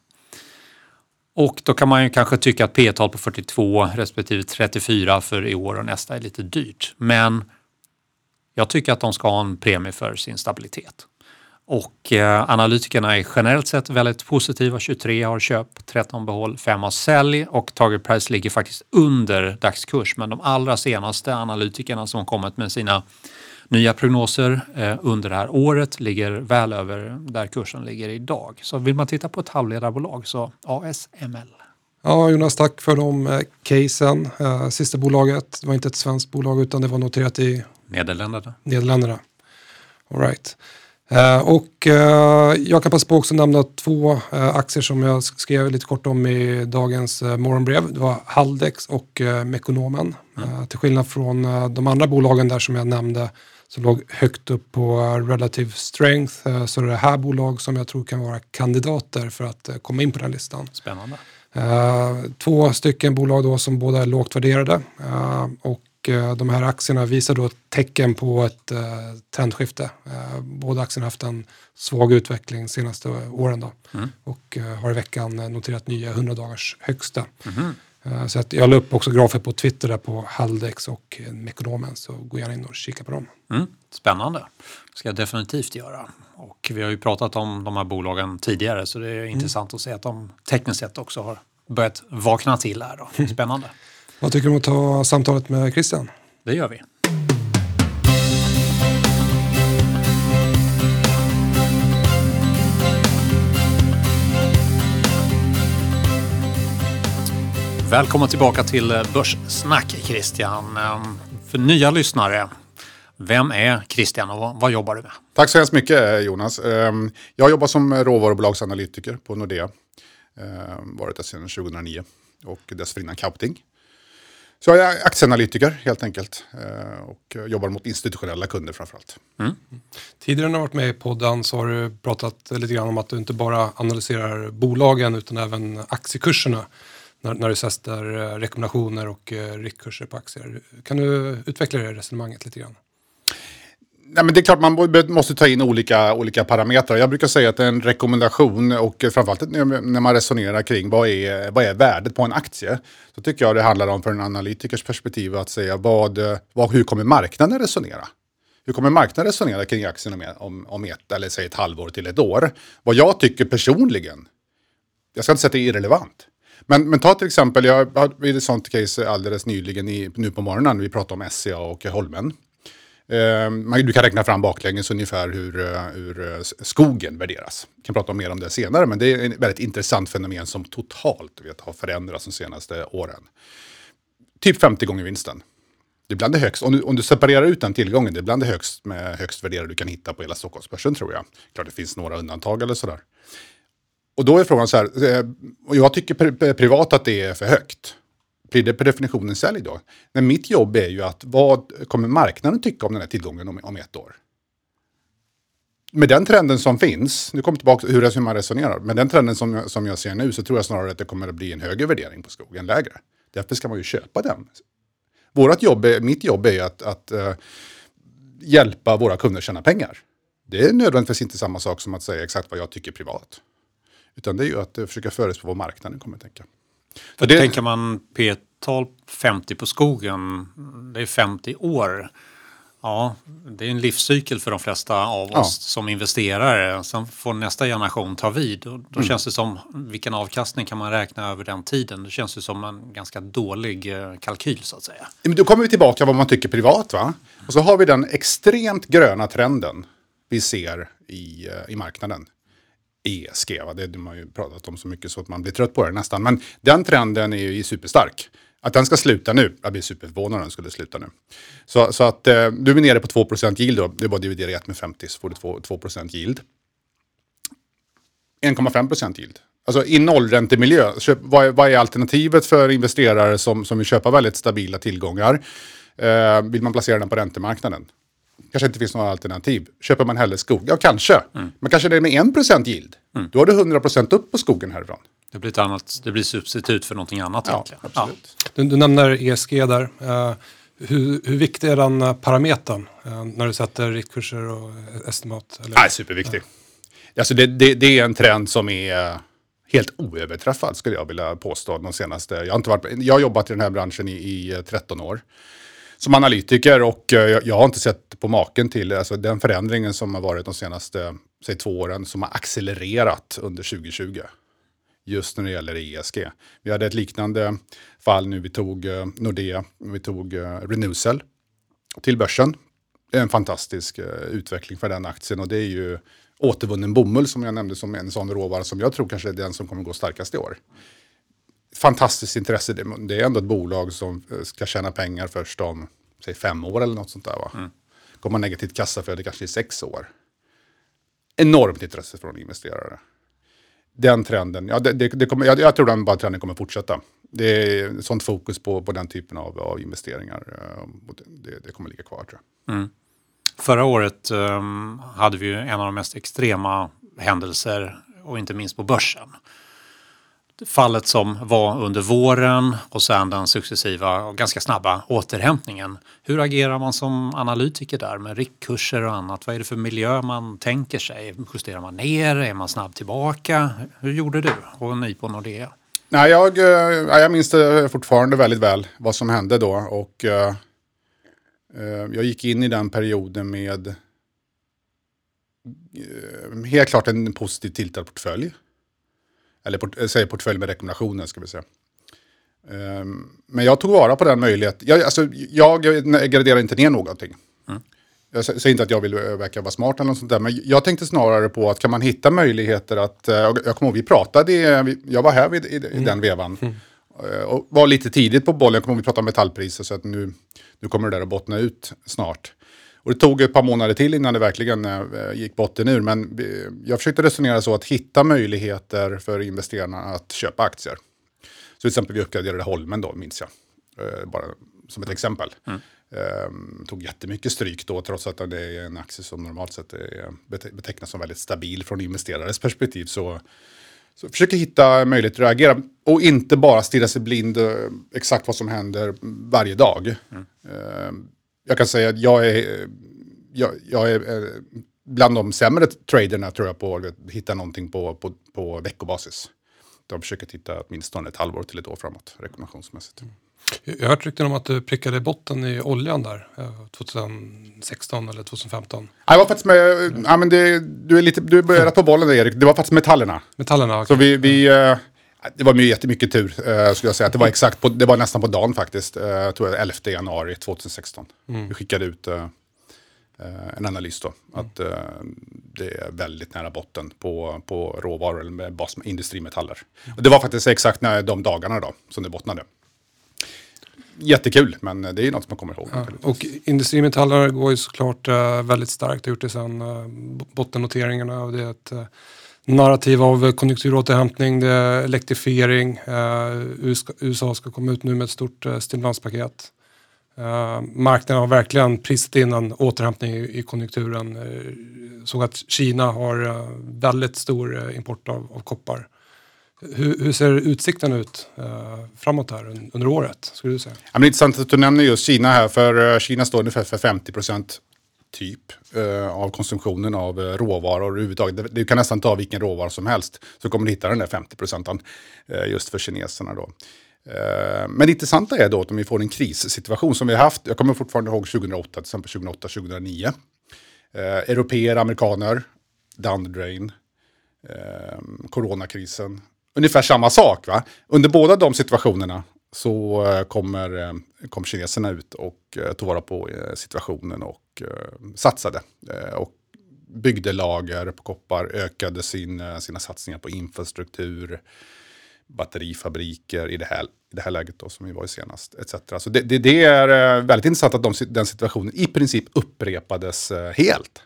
Och då kan man ju kanske tycka att P E-tal på fyrtiotvå respektive trettiofyra för i år och nästa är lite dyrt. Men jag tycker att de ska ha en premie för sin stabilitet. Och eh, analytikerna är generellt sett väldigt positiva. tjugotre har köp, tretton behåll, fem har sälj och target price ligger faktiskt under dagskurs. Men de allra senaste analytikerna som kommit med sina nya prognoser eh, under det här året ligger väl över där kursen ligger idag. Så vill man titta på ett halvledarbolag så A S M L.
Ja, Jonas, tack för de eh, casen. Eh, sista bolaget, det var inte ett svenskt bolag utan det var noterat i
Nederländerna.
Nederländerna. All right. Eh, och eh, jag kan passa på också att nämna två eh, aktier som jag skrev lite kort om i dagens eh, morgonbrev. Det var Haldex och eh, Mekonomen. Mm. Eh, till skillnad från eh, de andra bolagen där som jag nämnde som låg högt upp på relative strength. Så det är det här bolag som jag tror kan vara kandidater för att komma in på den listan.
Spännande.
Två stycken bolag då som båda är lågt värderade. Och de här aktierna visar då tecken på ett trendskifte. Båda aktierna har haft en svag utveckling de senaste åren då. Mm. Och har i veckan noterat nya hundra dagars högsta. Mm. Så att jag la upp också grafer på Twitter där på Haldex och Mekonomen, så gå gärna in och kika på dem.
Mm, spännande. Det ska jag definitivt göra. Och vi har ju pratat om de här bolagen tidigare, så det är mm. intressant att se att de tekniskt sett också har börjat vakna till här då. Spännande.
Vad tycker du om att ta samtalet med Christian?
Det gör vi. Välkommen tillbaka till Börssnack, Christian. För nya lyssnare, vem är Christian och vad jobbar du med?
Tack så hemskt mycket, Jonas. Jag jobbar som råvarubolagsanalytiker på Nordea. Varit där sedan tjugohundranio och dessförinnan Kauting. Så jag är aktieanalytiker helt enkelt och jobbar mot institutionella kunder framförallt. Mm.
Tidigare när du varit med i podden så har du pratat lite grann om att du inte bara analyserar bolagen utan även aktiekurserna. När, när du sätter rekommendationer och uh, riktkurser på aktier. Kan du utveckla det resonemanget lite grann?
Nej, men det är klart man måste ta in olika, olika parametrar. Jag brukar säga att en rekommendation och framförallt när man resonerar kring vad är, vad är värdet på en aktie. Så tycker jag det handlar om för en analytikers perspektiv att säga vad, vad, hur kommer marknaden resonera? Hur kommer marknaden resonera kring aktien om, om, om ett eller säg ett halvår till ett år? Vad jag tycker personligen, jag ska inte säga att det är irrelevant. Men, men ta till exempel, jag hade ett sånt case alldeles nyligen i, nu på morgonen. Vi pratade om S C A och Holmen. Eh, du kan räkna fram baklänges ungefär hur, hur skogen värderas. Vi kan prata mer om det senare, men det är ett väldigt intressant fenomen som totalt vet, har förändrats de senaste åren. Typ femtio gånger vinsten. Det är bland det högst, om du, om du separerar ut den tillgången, det är bland det högst med högst värderade du kan hitta på hela Stockholmsbörsen tror jag. Klart det finns några undantag eller sådär. Och då är frågan så här, och jag tycker privat att det är för högt. Blir det per definitionen sälj då? Men mitt jobb är ju att vad kommer marknaden tycka om den här tillgången om, om ett år? Med den trenden som finns, nu kommer jag tillbaka till hur man resonerar, med den trenden som jag, som jag ser nu så tror jag snarare att det kommer att bli en högre värdering på skogen, lägre. Därför ska man ju köpa den. Vårat jobb är, mitt jobb är att, att uh, hjälpa våra kunder tjäna pengar. Det är nödvändigtvis inte samma sak som att säga exakt vad jag tycker privat. Utan det är ju att försöka förutspå vad marknaden kommer att tänka.
För det tänker man P-tal femtio på skogen, det är femtio år. Ja, det är en livscykel för de flesta av oss ja. som investerare. Sen får nästa generation ta vid. Och då mm. känns det som, vilken avkastning kan man räkna över den tiden? Det känns ju som en ganska dålig kalkyl så att säga.
Men då kommer vi tillbaka vad man tycker privat va? Och så har vi den extremt gröna trenden vi ser i, i marknaden. E S G, va? Det har man ju pratat om så mycket så att man blir trött på det nästan. Men den trenden är ju superstark. Att den ska sluta nu, jag blir superförvånad om den skulle sluta nu. Så, så att eh, du är nere på två procent yield då, det är bara dividera ett med femtio så får du två procent yield. en komma fem procent yield. Alltså i nollräntemiljö, vad är, vad är alternativet för investerare som, som vill köpa väldigt stabila tillgångar? Eh, vill man placera den på räntemarknaden? Kanske inte finns några alternativ. Köper man hellre skog? Ja, kanske. Mm. Men kanske det är med en procent yield. Mm. Då har du hundra procent upp på skogen härifrån.
Det blir ett annat, det blir substitut för någonting annat
ja,
egentligen.
Absolut.
Ja. Du, du nämner E S G där. Uh, hur, hur viktig är den parametern uh, när du sätter riktkurser och estimat? Eller?
Nej, superviktig. Ja. Alltså det, det, det är en trend som är helt oöverträffad skulle jag vilja påstå de senaste. Jag har, inte varit, jag har jobbat i den här branschen i, i tretton år. Som analytiker och jag, jag har inte sett på maken till alltså den förändringen som har varit de senaste säg, två åren som har accelererat under tjugo tjugo. Just när det gäller E S G. Vi hade ett liknande fall nu vi tog uh, Nordea, vi tog uh, Renewcell till börsen. Det är en fantastisk uh, utveckling för den aktien och det är ju återvunnen bomull som jag nämnde som en sån råvara som jag tror kanske är den som kommer gå starkast i år. Fantastiskt intresse. Det är ändå ett bolag som ska tjäna pengar först om säg fem år eller något sånt där va. Mm. Kommer man negativt kassaflöde kanske i sex år. Enormt intresse från investerare. Den trenden, ja, det, det, det kommer, jag, jag tror den bara trenden kommer fortsätta. Det är sånt fokus på, på den typen av, av investeringar. Det, det, det kommer ligga kvar tror jag.
Mm. Förra året um, hade vi ju en av de mest extrema händelser och inte minst på börsen. Fallet som var under våren och sen den successiva och ganska snabba återhämtningen. Hur agerar man som analytiker där med riktkurser och annat? Vad är det för miljö man tänker sig? Justerar man ner? Är man snabb tillbaka? Hur gjorde du och ni på Nordea?
Nej, jag, jag minns det fortfarande väldigt väl vad som hände då. Och uh, jag gick in i den perioden med uh, helt klart en positiv tilltad portfölj. Eller port, säger portfölj med rekommendationer ska vi säga. Um, men jag tog vara på den möjligheten. Jag, alltså, jag graderar inte ner någonting. Mm. Jag säger inte att jag vill verka vara smart eller något sånt där. Men jag tänkte snarare på att kan man hitta möjligheter att... Jag kommer ihåg, vi pratade, jag var här vid, i, i mm. den vevan. Mm. Och var lite tidigt på bollen. Jag kommer ihåg, vi pratade om metallpriser så att nu, nu kommer det där att bottna ut snart. Och det tog ett par månader till innan det verkligen äh, gick botten ur. Men vi, jag försökte resonera så att hitta möjligheter för investerarna att köpa aktier. Så till exempel vi uppgraderade Holmen då, minns jag. Äh, bara som ett exempel. Mm. Äh, tog jättemycket stryk då, trots att det är en aktie som normalt sett är betecknas som väldigt stabil från investerares perspektiv. Så, så försöker hitta möjligheter att agera. Och inte bara stirra sig blind äh, exakt vad som händer varje dag. Mm. Äh, Jag kan säga att jag är, jag, jag är bland de sämre traderna tror jag på att hitta någonting på, på, på veckobasis. De försöker titta åtminstone ett halvår till ett år framåt, rekommendationsmässigt.
Jag har hört rykten om att du prickade botten i oljan där, tjugohundrasexton eller tjugohundrafemton.
Jag var faktiskt med, mm. ja, men det, du är lite, du börjar rätt på bollen där Erik, det var faktiskt metallerna.
Metallerna, okay.
Så vi, vi mm. Det var jättemycket tur, uh, skulle jag säga. Det var, exakt på, det var nästan på dagen faktiskt. Uh, tror jag elfte januari tjugosexton. Mm. Vi skickade ut uh, uh, en analys då. Mm. Att uh, det är väldigt nära botten på, på råvaror med bas, industrimetaller. Mm. Och det var faktiskt exakt när de dagarna då som det bottnade. Jättekul, men det är ju något som man kommer ihåg.
Ja, och industrimetaller går ju såklart uh, väldigt starkt. Det har gjort det sedan uh, bottennoteringarna. Och det är ett... Uh, narrativ av konjunkturåterhämtning, det är elektrifiering. Uh, U S A ska komma ut nu med ett stort uh, stimulanspaket. Uh, marknaden har verkligen prisat in en återhämtning i, i konjunkturen. Uh, såg att Kina har uh, väldigt stor uh, import av, av koppar. Hur, hur ser utsikten ut uh, framåt här un, under året, skulle du säga?
Ja, men det är intressant att du nämner just Kina här, för uh, Kina står ungefär för femtio procent typ uh, av konsumtionen av uh, råvaror överhuvudtaget. Du kan nästan ta vilken råvara som helst så kommer du hitta den där femtio procenten uh, just för kineserna då. Uh, men det intressanta är då att om vi får en krissituation som vi har haft, jag kommer fortfarande ihåg tjugohundraåtta, till exempel tjugohundraåtta tjugohundranio. Uh, Europeer, amerikaner, down the drain, uh, coronakrisen. Ungefär samma sak va? Under båda de situationerna så uh, kommer uh, kom kineserna ut och uh, tog vara på uh, situationen och uh, satsade. Uh, och byggde lager på koppar, ökade sin, uh, sina satsningar på infrastruktur, batterifabriker i det här, i det här läget då, som vi var i senast, et cetera. Så det, det, det är uh, väldigt intressant att de, den situationen i princip upprepades uh, helt.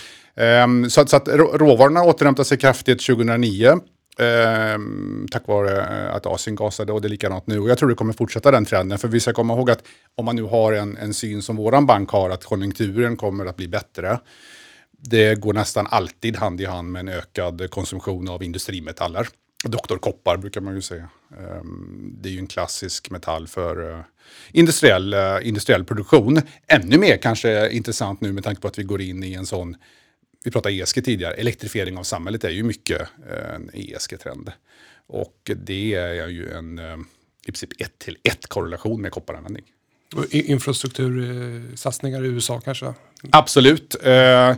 Um, så, så att råvarorna återhämtade sig kraftigt tjugohundranio. Eh, tack vare eh, att Asien gasade, och det är likadant nu. Och jag tror det kommer fortsätta den trenden. För vi ska komma ihåg att om man nu har en, en syn som våran bank har, att konjunkturen kommer att bli bättre. Det går nästan alltid hand i hand med en ökad konsumtion av industrimetaller. Doktor Koppar brukar man ju säga. Eh, det är ju en klassisk metall för eh, industriell, eh, industriell produktion. Ännu mer kanske intressant nu med tanke på att vi går in i en sån... Vi pratade E S G tidigare. Elektrifiering av samhället är ju mycket en E S G-trend. Och det är ju en i princip ett till ett korrelation med kopparanvändning.
Och infrastruktursatsningar i U S A kanske?
Absolut. Eh,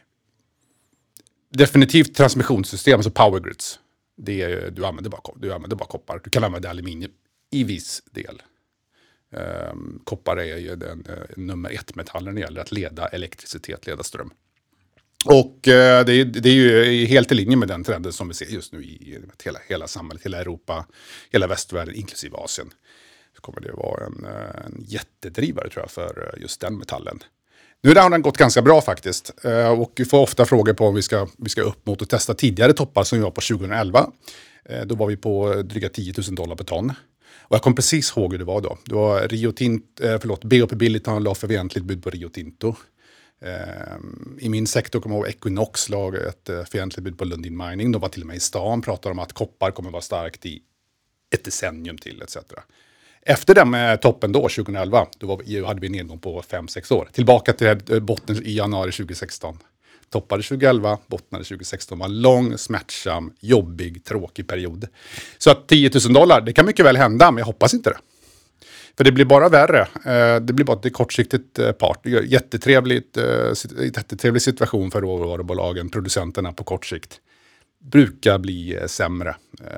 definitivt transmissionssystem, alltså power grids. Det är, du, använder bara, du använder bara koppar. Du kan använda aluminium i viss del. Eh, koppar är ju den eh, nummer ett metallen när det gäller att leda elektricitet, leda ström. Och eh, det, är, det är ju helt i linje med den trenden som vi ser just nu i hela, hela samhället, hela Europa, hela västvärlden, inklusive Asien. Så kommer det vara en, en jättedrivare tror jag för just den metallen. Nu har den gått ganska bra faktiskt. Eh, och vi får ofta frågor på om vi ska, vi ska upp mot att testa tidigare toppar som vi var på tjugohundraelva. Eh, då var vi på dryga tio tusen dollar per ton. Och jag kom precis ihåg hur det var då. Det var Rio Tinto, eh, förlåt, B och P Billiton la förväntligt bud på Rio Tinto. I min sektor kommer jag ihåg Equinox lag ett fientligt bud på Lundin Mining. De var till och med i stan, pratade om att koppar kommer vara starkt i ett decennium till et cetera. Efter den med toppen då, tjugoelva, då var vi, hade vi en nedgång på fem sex år. Tillbaka till botten i januari tjugohundrasexton. Toppade tjugoelva, bottnade tjugohundrasexton. Det var en lång, smärtsam, jobbig, tråkig period. Så att tio tusen dollar, det kan mycket väl hända, men jag hoppas inte det. För det blir bara värre. Det blir bara ett kortsiktigt part. Jättetrevligt, jättetrevlig situation för råvarubolagen, producenterna på kort sikt. Brukar bli sämre.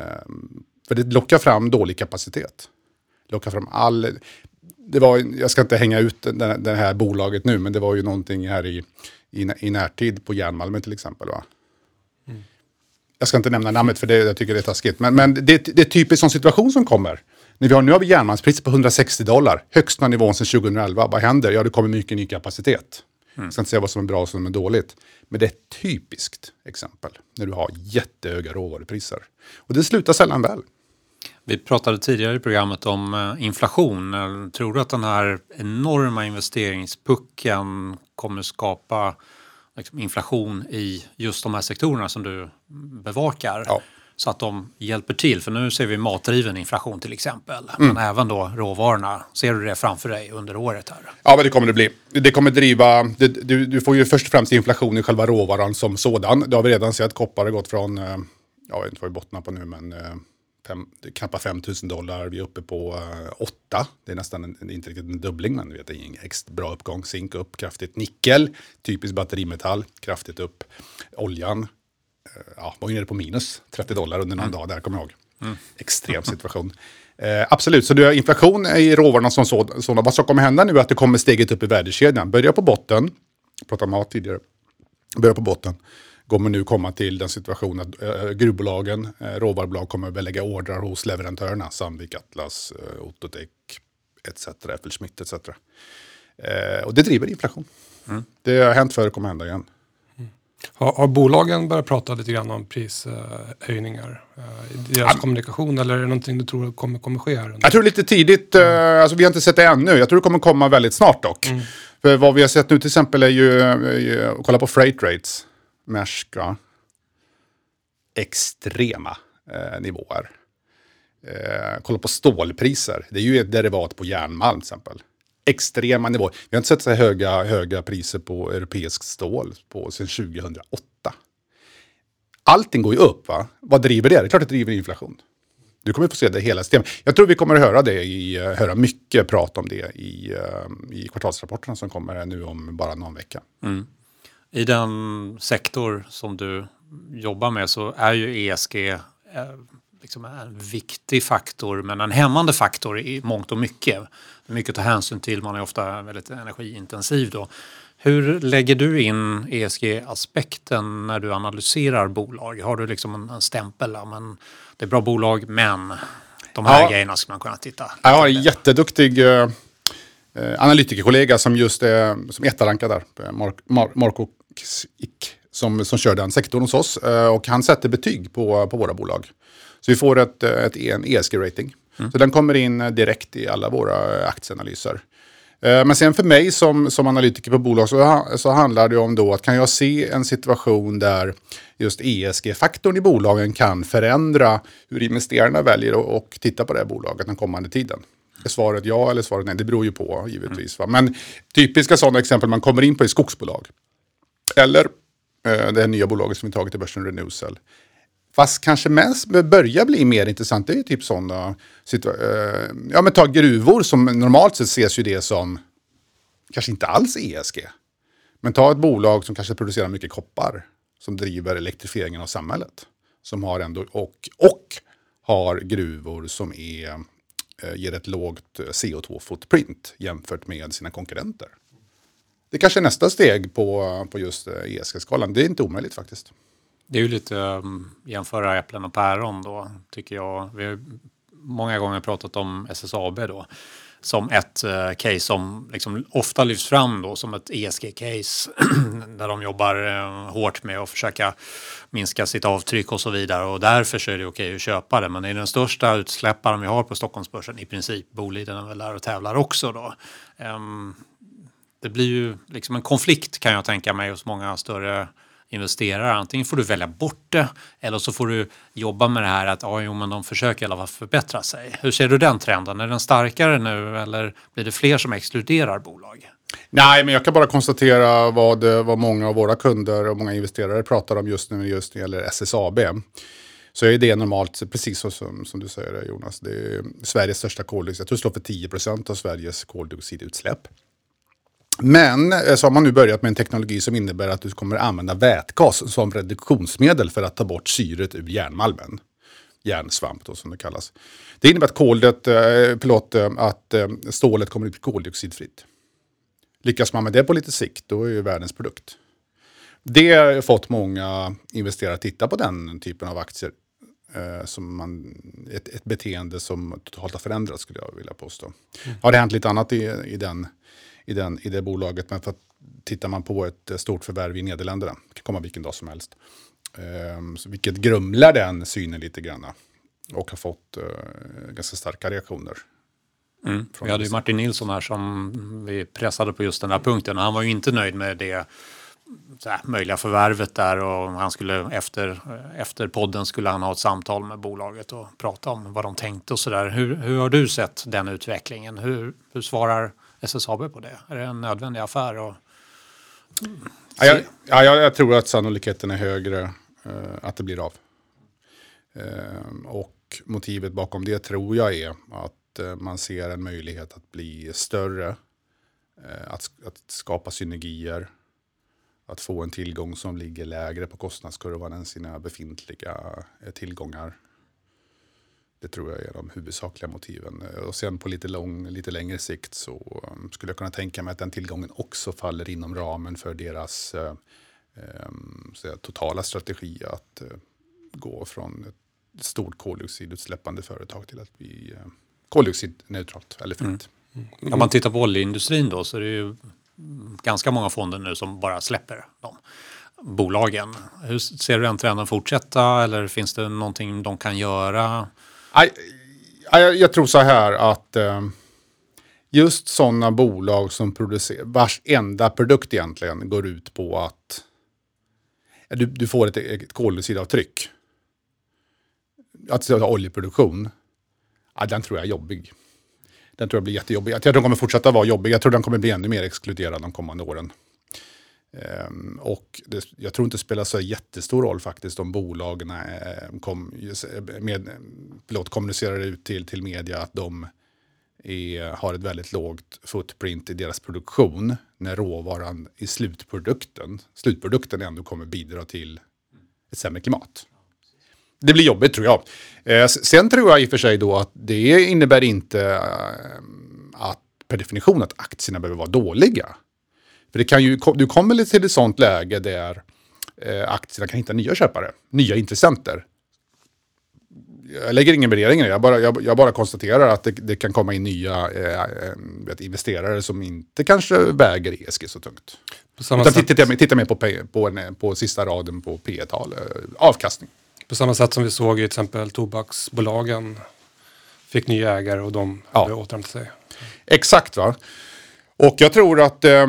För det lockar fram dålig kapacitet. Lockar fram all... Det var, jag ska inte hänga ut den, det här bolaget nu, men det var ju någonting här i, i, i närtid på järnmalmen till exempel, va? Mm. Jag ska inte nämna namnet för det, jag tycker det är taskigt. Men, men det, det är typiskt sån situation som kommer. När vi har, nu har vi järnmalmspriser på hundrasextio dollar. Högsta nivån sedan tjugoelva. Vad händer? Ja, det kommer mycket ny kapacitet. Mm. Jag ska inte säga vad som är bra och vad som är dåligt. Men det är ett typiskt exempel. När du har jättehöga råvarupriser. Och det slutar sällan väl.
Vi pratade tidigare i programmet om inflation. Tror du att den här enorma investeringspucken kommer skapa liksom, inflation i just de här sektorerna som du bevakar? Ja. Så att de hjälper till. För nu ser vi matdriven inflation till exempel. Mm. Men även då råvarorna. Ser du det framför dig under året här?
Ja, men det kommer det bli. Det kommer driva... Det, du, du får ju först och främst inflation i själva råvaran som sådan. Det har vi redan sett. Koppar har gått från... Jag vet inte vad vi bottnar på nu, men... Fem, knappt fem tusen dollar. Vi är uppe på åtta. Det är nästan en, inte riktigt en dubbling, men vet, det är ingen extra bra uppgång. Zink upp kraftigt. Nickel, typisk batterimetall, kraftigt upp. Oljan. Ja, var ju nere på minus trettio dollar under någon mm. dag där, kommer jag ihåg. Mm. Extrem situation. eh, absolut, så du har inflation i råvarorna som sådana. Vad som kommer hända nu är att det kommer steget upp i värdekedjan. Börja på botten, jag pratade om mat tidigare, börja på botten. Kommer nu komma till den situationen att äh, gruvbolagen, äh, råvarubolag kommer att lägga ordrar hos leverantörerna. Sandvik, Atlas, äh, Outotec, et cetera, F L Schmidt, et cetera. Eh, och det driver inflation. Mm. Det har hänt förr och kommer hända igen.
Har, har bolagen börjat prata lite grann om prishöjningar uh, i deras ja. kommunikation, eller är det någonting du tror kommer, kommer ske här?
Jag tror lite tidigt, mm. uh, alltså vi har inte sett det ännu. Jag tror det kommer komma väldigt snart dock. Mm. För vad vi har sett nu till exempel är ju, uh, kolla på freight rates. Märska. Extrema uh, nivåer. Uh, kolla på stålpriser. Det är ju ett derivat på järnmalm till exempel. Extrema nivåer. Vi har inte sett så höga, höga priser på europeisk stål på sedan tjugohundraåtta. Allting går ju upp, va? Vad driver det? Det är klart att det driver inflation. Du kommer få se det hela systemet. Jag tror vi kommer att höra det i, höra mycket prat om det i, i kvartalsrapporterna som kommer nu om bara någon vecka. Mm.
I den sektor som du jobbar med så är ju E S G eh, liksom en viktig faktor, men en hämmande faktor i mångt och mycket. Det är mycket att ta hänsyn till, man är ofta väldigt energiintensiv då. Hur lägger du in E S G-aspekten när du analyserar bolag? Har du liksom en, en stämpel, men det är bra bolag, men de här ja. grejerna ska man kunna titta.
Jag har en jätteduktig eh, analytikerkollega som just är som etta-rankad där, Mark, Mark, Marco Ick, som, som kör den sektorn hos oss. Eh, och han sätter betyg på, på våra bolag. Så vi får ett, ett, en E S G-rating. Mm. Så den kommer in direkt i alla våra aktieanalyser. Men sen för mig som, som analytiker på bolag så, så handlar det om då att kan jag se en situation där just E S G-faktorn i bolagen kan förändra hur investerarna väljer och, och titta på det här bolaget den kommande tiden. Är svaret ja eller svaret nej? Det beror ju på givetvis. Va? Men typiska sådana exempel man kommer in på i skogsbolag. Eller eh, det här nya bolaget som vi tagit i börsen, Renewcell. Fast kanske mest börjar bli mer intressant. Det är ju typ sådana situa- ja, men ta gruvor som normalt sett ses ju det som kanske inte alls E S G. Men ta ett bolag som kanske producerar mycket koppar som driver elektrifieringen av samhället. Som har ändå och, och har gruvor som är, ger ett lågt C O två footprint jämfört med sina konkurrenter. Det kanske är nästa steg på, på just E S G-skalan. Det är inte omöjligt faktiskt.
Det är ju lite um, jämföra äpplen och päron då, tycker jag. Vi har många gånger pratat om S S A B då som ett uh, case som liksom ofta lyfts fram då som ett E S G-case där de jobbar uh, hårt med att försöka minska sitt avtryck och så vidare, och därför så är det okej att köpa det. Men det är den största utsläpparen vi har på Stockholmsbörsen i princip. Boliden är väl där och tävlar också då. Um, det blir ju liksom en konflikt kan jag tänka mig hos många större investerare. Antingen får du välja bort det eller så får du jobba med det här att ja, jo, men de försöker i alla fall förbättra sig. Hur ser du den trenden? Är den starkare nu eller blir det fler som exkluderar bolag?
Nej, men jag kan bara konstatera vad, vad många av våra kunder och många investerare pratar om just nu just när det gäller S S A B. Så är det normalt, precis så som, som du säger Jonas, det är Sveriges största koldioxid. Jag tror det står för tio procent av Sveriges koldioxidutsläpp. Men så har man nu börjat med en teknologi som innebär att du kommer använda vätgas som reduktionsmedel för att ta bort syret ur järnmalmen. Järnsvamp då som det kallas. Det innebär att, kolet, eh, förlåt, att eh, stålet kommer ut koldioxidfritt. Lyckas man med det på lite sikt, då är det världens produkt. Det har fått många investerare att titta på den typen av aktier. Eh, som man, ett, ett beteende som totalt har förändrats skulle jag vilja påstå. Mm. Har det hänt lite annat i, i, den, i, den, i det bolaget, men för att tittar man på ett stort förvärv i Nederländerna, det kan komma vilken dag som helst. Eh, så vilket grumlar den synen lite grann. Och har fått eh, ganska starka reaktioner.
Mm. Vi hade ju Martin Nilsson här som vi pressade på just den här punkten. Och han var ju inte nöjd med det så här, möjliga förvärvet där. Och han skulle efter, efter podden skulle han ha ett samtal med bolaget och prata om vad de tänkte och sådär. Hur, hur har du sett den utvecklingen? Hur, hur svarar S S A B på det? Är det en nödvändig affär? Och...
Ja, jag, ja, jag tror att sannolikheten är högre eh, att det blir av. Eh, och motivet bakom det tror jag är att man ser en möjlighet att bli större, att, att skapa synergier, att få en tillgång som ligger lägre på kostnadskurvan än sina befintliga tillgångar. Det tror jag är de huvudsakliga motiven. Och sen på lite, lång, lite längre sikt så skulle jag kunna tänka mig att den tillgången också faller inom ramen för deras eh, eh, totala strategi att eh, gå från ett stort koldioxidutsläppande företag till att bli eh, koldioxidneutralt eller fritt. Mm.
Mm. Om man tittar på oljeindustrin då så är det ju ganska många fonder nu som bara släpper de bolagen. Hur ser du den trenden fortsätta eller finns det någonting de kan göra?
Jag, jag, jag tror så här att eh, just sådana bolag som producerar, vars enda produkt egentligen går ut på att ja, du, du får ett, ett koldioxidavtryck. Att ha oljeproduktion. Ja, den tror jag är jobbig. Den tror jag blir jättejobbig. Jag tror att de kommer fortsätta vara jobbig. Jag tror att den kommer bli ännu mer exkluderad de kommande åren. Um, och det, jag tror inte det spelar så jättestor roll faktiskt om bolagen eh, kom, med, förlåt, kommunicerar ut till, till media att de är, har ett väldigt lågt footprint i deras produktion när råvaran i slutprodukten, slutprodukten ändå kommer bidra till ett sämre klimat. Det blir jobbigt tror jag. Eh, sen tror jag i och för sig då att det innebär inte eh, att per definition att aktierna behöver vara dåliga. För det kan ju, du kommer lite till ett sånt läge där eh, aktierna kan hitta nya köpare, nya intressenter. Jag lägger ingen värdering i det, jag bara, jag, jag bara konstaterar att det, det kan komma in nya eh, vet, investerare som inte kanske väger E S G så tungt. På samma Utan sätt... titta, titta mer på, på, en, på sista raden på P E-tal, eh, avkastning.
På samma sätt som vi såg i till exempel tobaksbolagen fick nya ägare och de ja. började återhämta sig.
Exakt va. Och jag tror att eh,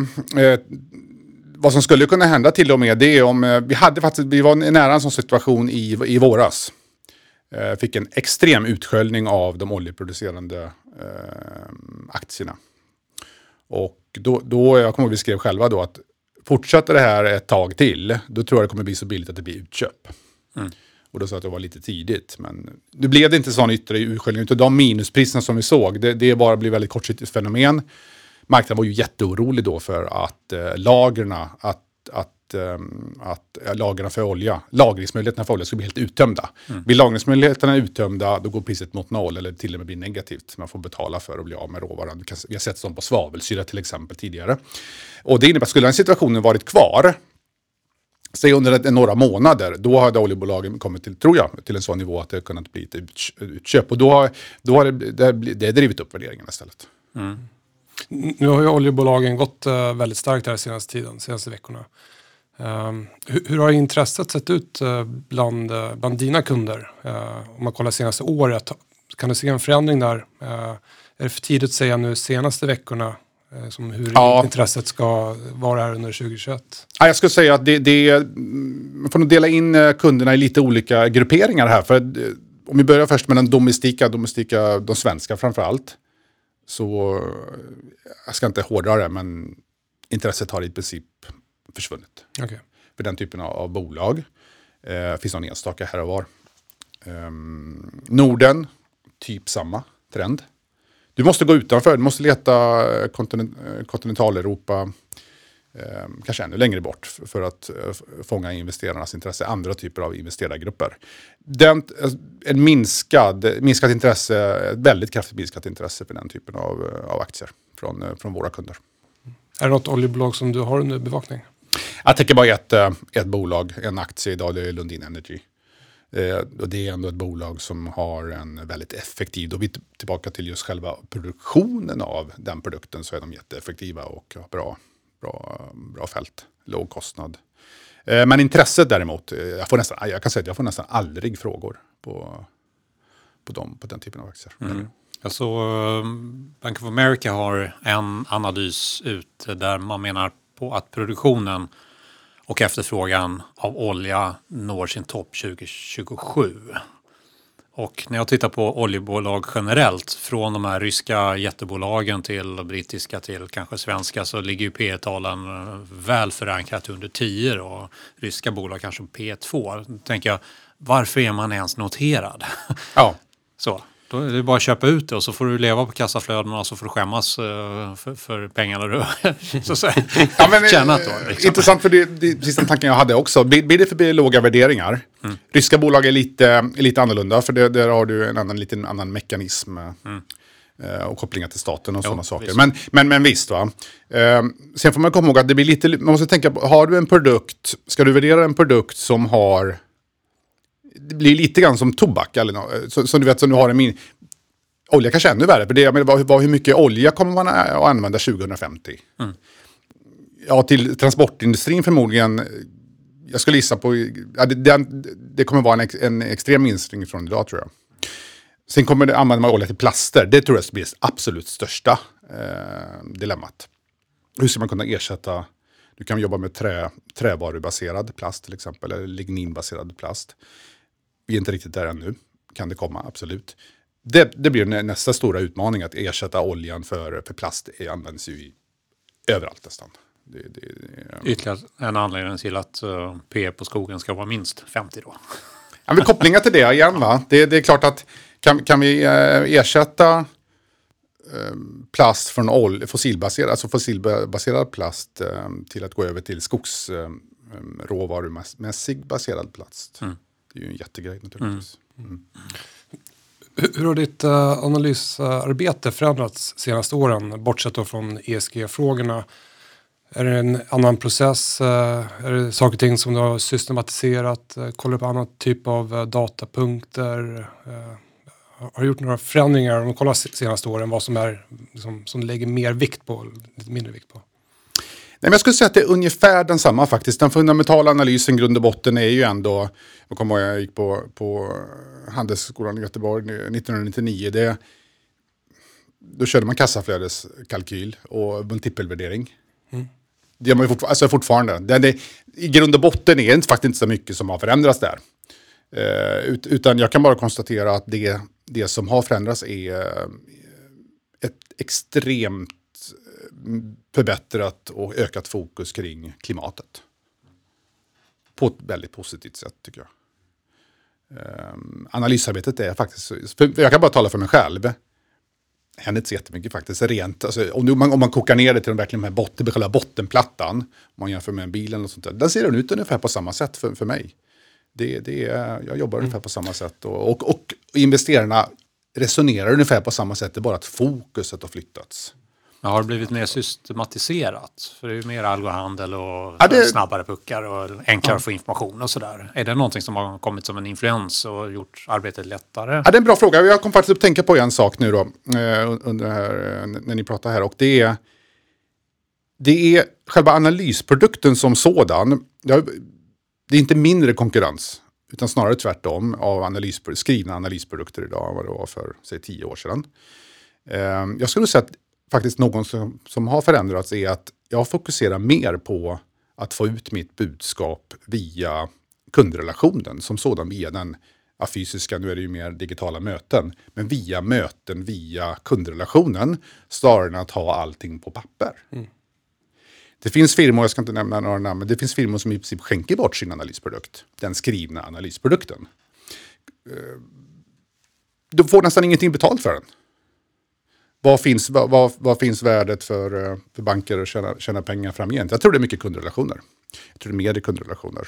vad som skulle kunna hända till och med det är om eh, vi hade faktiskt, vi var nära en sån situation i, i våras. Eh, fick en extrem utsköljning av de oljeproducerande eh, aktierna. Och då, då, jag kommer ihåg vi skrev själva då att fortsätter det här ett tag till, då tror jag det kommer bli så billigt att det blir utköp. Mm. Och då sa jag att det var lite tidigt. Men det blev det inte sån yttre utsköljning. Utan de minuspriserna som vi såg, det, det bara blev väldigt kortsiktigt fenomen. Marknaden var ju jätteorolig då för att eh, lagerna, att, att, eh, att eh, lagerna för olja, lagringsmöjligheterna för olja skulle bli helt uttömda. Mm. Blir lagringsmöjligheterna uttömda, då går priset mot noll eller till och med blir negativt. Man får betala för att bli av med råvaran. Vi har sett sånt på svavelsyra till exempel tidigare. Och det innebär att skulle den situationen varit kvar, säg under några månader, då hade oljebolagen kommit till, tror jag, till en sån nivå att det kunnat bli ett utköp. Och då har, då har det, det, det drivit upp värderingen istället.
Mm. Nu har ju oljebolagen gått uh, väldigt starkt här senaste tiden, senaste veckorna. Um, hur, hur har intresset sett ut uh, bland, uh, bland dina kunder? Uh, om man kollar senaste året, kan du se en förändring där? Uh, är det för tidigt att säga nu senaste veckorna Eh, som hur
Ja.
intresset ska vara här under tjugohundratjugoett.
Ja, jag skulle säga att det, det man får nog dela in eh, kunderna i lite olika grupperingar här. För att, eh, om vi börjar först med den domestika, domestika, de svenska framför allt. Så, eh, jag ska inte hårdra det, men intresset har i princip försvunnit.
Okay.
För den typen av, av bolag. Eh, finns någon enstaka här och var. Um, Norden, typ samma trend. Du måste gå utanför, du måste leta kontinent, kontinentaleuropa, eh, kanske ännu längre bort för, för att eh, fånga investerarnas intresse, andra typer av investerargrupper. Den, en minskad, minskat intresse, ett väldigt kraftigt minskat intresse för den typen av, av aktier från, från våra kunder.
Är det något oljebolag som du har under bevakning?
Jag tänker bara ett, ett bolag, en aktie idag, det är Lundin Energy. Eh, och det är ändå ett bolag som har en väldigt effektiv, då vi är tillbaka till just själva produktionen av den produkten, så är de jätteeffektiva och har bra, bra, bra fält, låg kostnad. Eh, men intresset däremot, jag, får nästan, jag kan säga att jag får nästan aldrig frågor på, på, dem, på den typen av aktier.
Mm. Alltså, Bank of America har en analys ut där man menar på att produktionen och efterfrågan av olja når sin topp tjugohundratjugosju. Och när jag tittar på oljebolag generellt, från de här ryska jättebolagen till brittiska till kanske svenska, så ligger ju P E-talen väl förankrat under tio och ryska bolag kanske P två. Då tänker jag, varför är man ens noterad?
Ja.
Så. Då är det bara att köpa ut det och så får du leva på kassaflödena och så får du skämmas uh, för, för pengarna du så säger,
ja, men,
tjänat då. Liksom.
Intressant, för det, det är precis den tanken jag hade också. Blir, blir det för låga värderingar? Mm. Ryska bolag är lite, är lite annorlunda, för det, där har du en annan, liten annan mekanism mm. uh, och kopplingar till staten och jo, sådana saker. Men, men, men visst va. Uh, sen får man komma ihåg att det blir lite, man måste tänka på, har du en produkt, ska du värdera en produkt som har, det blir lite grann som tobak, eller något, så, så du vet, som du har en min. Olja kanske ännu värre, för det, jag menar, vad, vad, hur mycket olja kommer man att använda tjugohundrafemtio? Mm. Ja, till transportindustrin förmodligen, jag skulle gissa på, ja, det, det, det kommer vara en, en extrem minskning från idag, tror jag. Sen kommer det använda olja till plaster, det tror jag blir det absolut största eh, dilemmat. Hur ska man kunna ersätta, du kan jobba med trä, trävarubaserad plast till exempel, eller ligninbaserad plast. Vi är inte riktigt där ännu, kan det komma, absolut. Det, det blir nästa stora utmaning, att ersätta oljan för, för plast. Det används ju i, överallt nästan. Det, det, det,
Ytterligare en anledning till att uh, P E på skogen ska vara minst femtio då.
Ja, men kopplingar till det igen va. Det, det är klart att kan, kan vi uh, ersätta uh, plast från ol, fossilbaserad, alltså fossilbaserad plast uh, till att gå över till skogsråvarumässig uh, baserad plast. Mm. Det är ju en jättegrej naturligtvis. Mm. Mm.
Hur har ditt uh, analysarbete förändrats senaste åren, bortsett då från E S G-frågorna? Är det en annan process? Uh, är det saker och ting som du har systematiserat? Uh, kollar på annan typ av uh, datapunkter? Uh, har du gjort några förändringar om du kollar senaste åren, vad som är liksom, som du lägger mer vikt på, lite mindre vikt på?
Nej, men jag skulle säga att det är ungefär densamma faktiskt. Den fundamentala analysen, grund och botten, är ju ändå, jag kommer ihåg jag gick på, på Handelsskolan i Göteborg nittonhundranittionio. Det, då körde man kassaflödeskalkyl och multipelvärdering. Mm. Det gör man ju fortfar- alltså fortfarande. Det, det, i grund och botten är det faktiskt inte så mycket som har förändrats där. Eh, ut, utan jag kan bara konstatera att det, det som har förändrats är ett extremt förbättrat och ökat fokus kring klimatet. På ett väldigt positivt sätt tycker jag. Um, analysarbetet är faktiskt, för jag kan bara tala för mig själv, händer inte så jättemycket faktiskt, rent, alltså, om, man, om man kokar ner det till de verkligen här botten, själva bottenplattan, om man jämför med en bil eller något sånt där, den ser den ut ungefär på samma sätt för, för mig. Det, det är, jag jobbar mm. ungefär på samma sätt och, och, och investerarna resonerar ungefär på samma sätt, det är bara att fokuset har flyttats.
Ja, har det blivit mer systematiserat? För det är ju mer algohandel och
ja, det...
snabbare puckar och enklare ja. att få information och sådär. Är det någonting som har kommit som en influens och gjort arbetet lättare?
Ja, det är en bra fråga. Jag kom faktiskt att tänka på en sak nu då, under här, när ni pratar här. Och det är, det är själva analysprodukten som sådan. Det är inte mindre konkurrens, utan snarare tvärtom av analys, skrivna analysprodukter idag än vad det var för, säg, tio år sedan. Jag skulle säga att faktiskt någon som, som har förändrats är att jag fokuserar mer på att få ut mitt budskap via kundrelationen som sådan, via den ja, fysiska, nu är det ju mer digitala möten, men via möten, via kundrelationen, snarare än att ha allting på papper. Mm. Det finns firmor, jag ska inte nämna några namn, men det finns firmor som i princip skänker bort sin analysprodukt, den skrivna analysprodukten. Du får nästan ingenting betalt för den. Vad finns, vad, vad, vad finns värdet för, för banker att tjäna, tjäna pengar framgent? Jag tror det är mycket kundrelationer. Jag tror det är mer kundrelationer.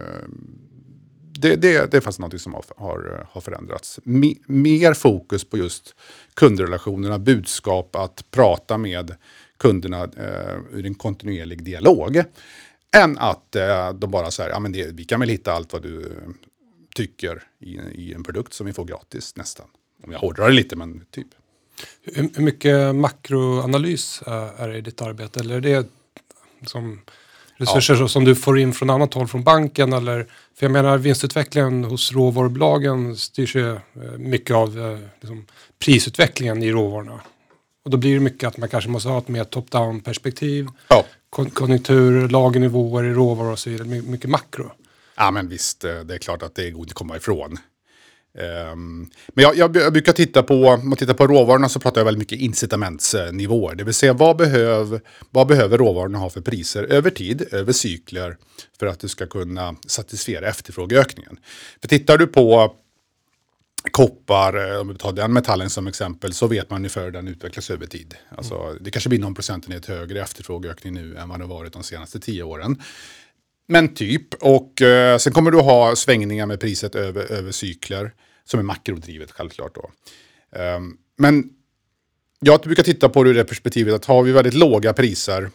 Det, det, det är faktiskt något som har, har, har förändrats. Mer fokus på just kundrelationerna, budskap, att prata med kunderna eh, ur en kontinuerlig dialog. Än att eh, de bara säger, ja men det, vi kan väl hitta allt vad du tycker i, i en produkt som vi får gratis nästan. Om jag hårdrar det lite, men typ.
Hur mycket makroanalys är det i ditt arbete? Eller är det som resurser ja. som du får in från annat håll från banken? Eller, för jag menar, vinstutvecklingen hos råvarubolagen styrs ju mycket av liksom, prisutvecklingen i råvarorna. Och då blir det mycket att man kanske måste ha ett mer top-down perspektiv. Ja. Kon- konjunktur, lagernivåer i råvaror och så vidare. My- mycket makro.
Ja men visst, det är klart att det är god att komma ifrån. Um, men jag, jag, jag brukar titta på, om man tittar på råvarorna så pratar jag väldigt mycket incitamentsnivåer. Det vill säga vad, behöv, vad behöver råvarorna ha för priser över tid, över cykler för att du ska kunna satisfiera efterfrågeökningen. För tittar du på koppar, om vi tar den metallen som exempel, så vet man ungefär hur den utvecklas över tid. Alltså, mm. Det kanske blir någon procentenhet högre efterfrågeökning nu än vad det har varit de senaste tio åren. Men typ, och eh, sen kommer du ha svängningar med priset över, över cykler som är makrodrivet självklart då. Um, men jag brukar titta på det ur det perspektivet att har vi väldigt låga priser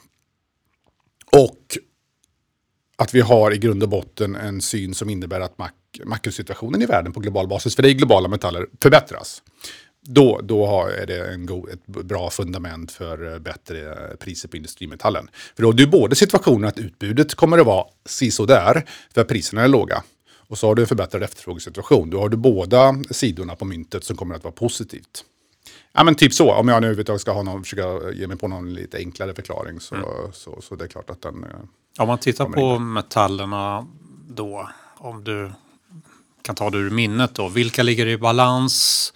och att vi har i grund och botten en syn som innebär att mak- makrosituationen i världen på global basis, för det är globala metaller, förbättras. Då, då har, är det en god, ett bra fundament för bättre priser på industrimetallen. För då har du både situationen att utbudet kommer att vara sisådär för att priserna är låga. Och så har du en förbättrad efterfrågesituation. Då har du båda sidorna på myntet som kommer att vara positivt. Ja men typ så, om jag nu överhuvudtaget ska ha någon, försöka ge mig på någon lite enklare förklaring så, mm. så, så det är klart att den...
Om man tittar på in. metallerna då, om du kan ta det ur minnet då, vilka ligger i balans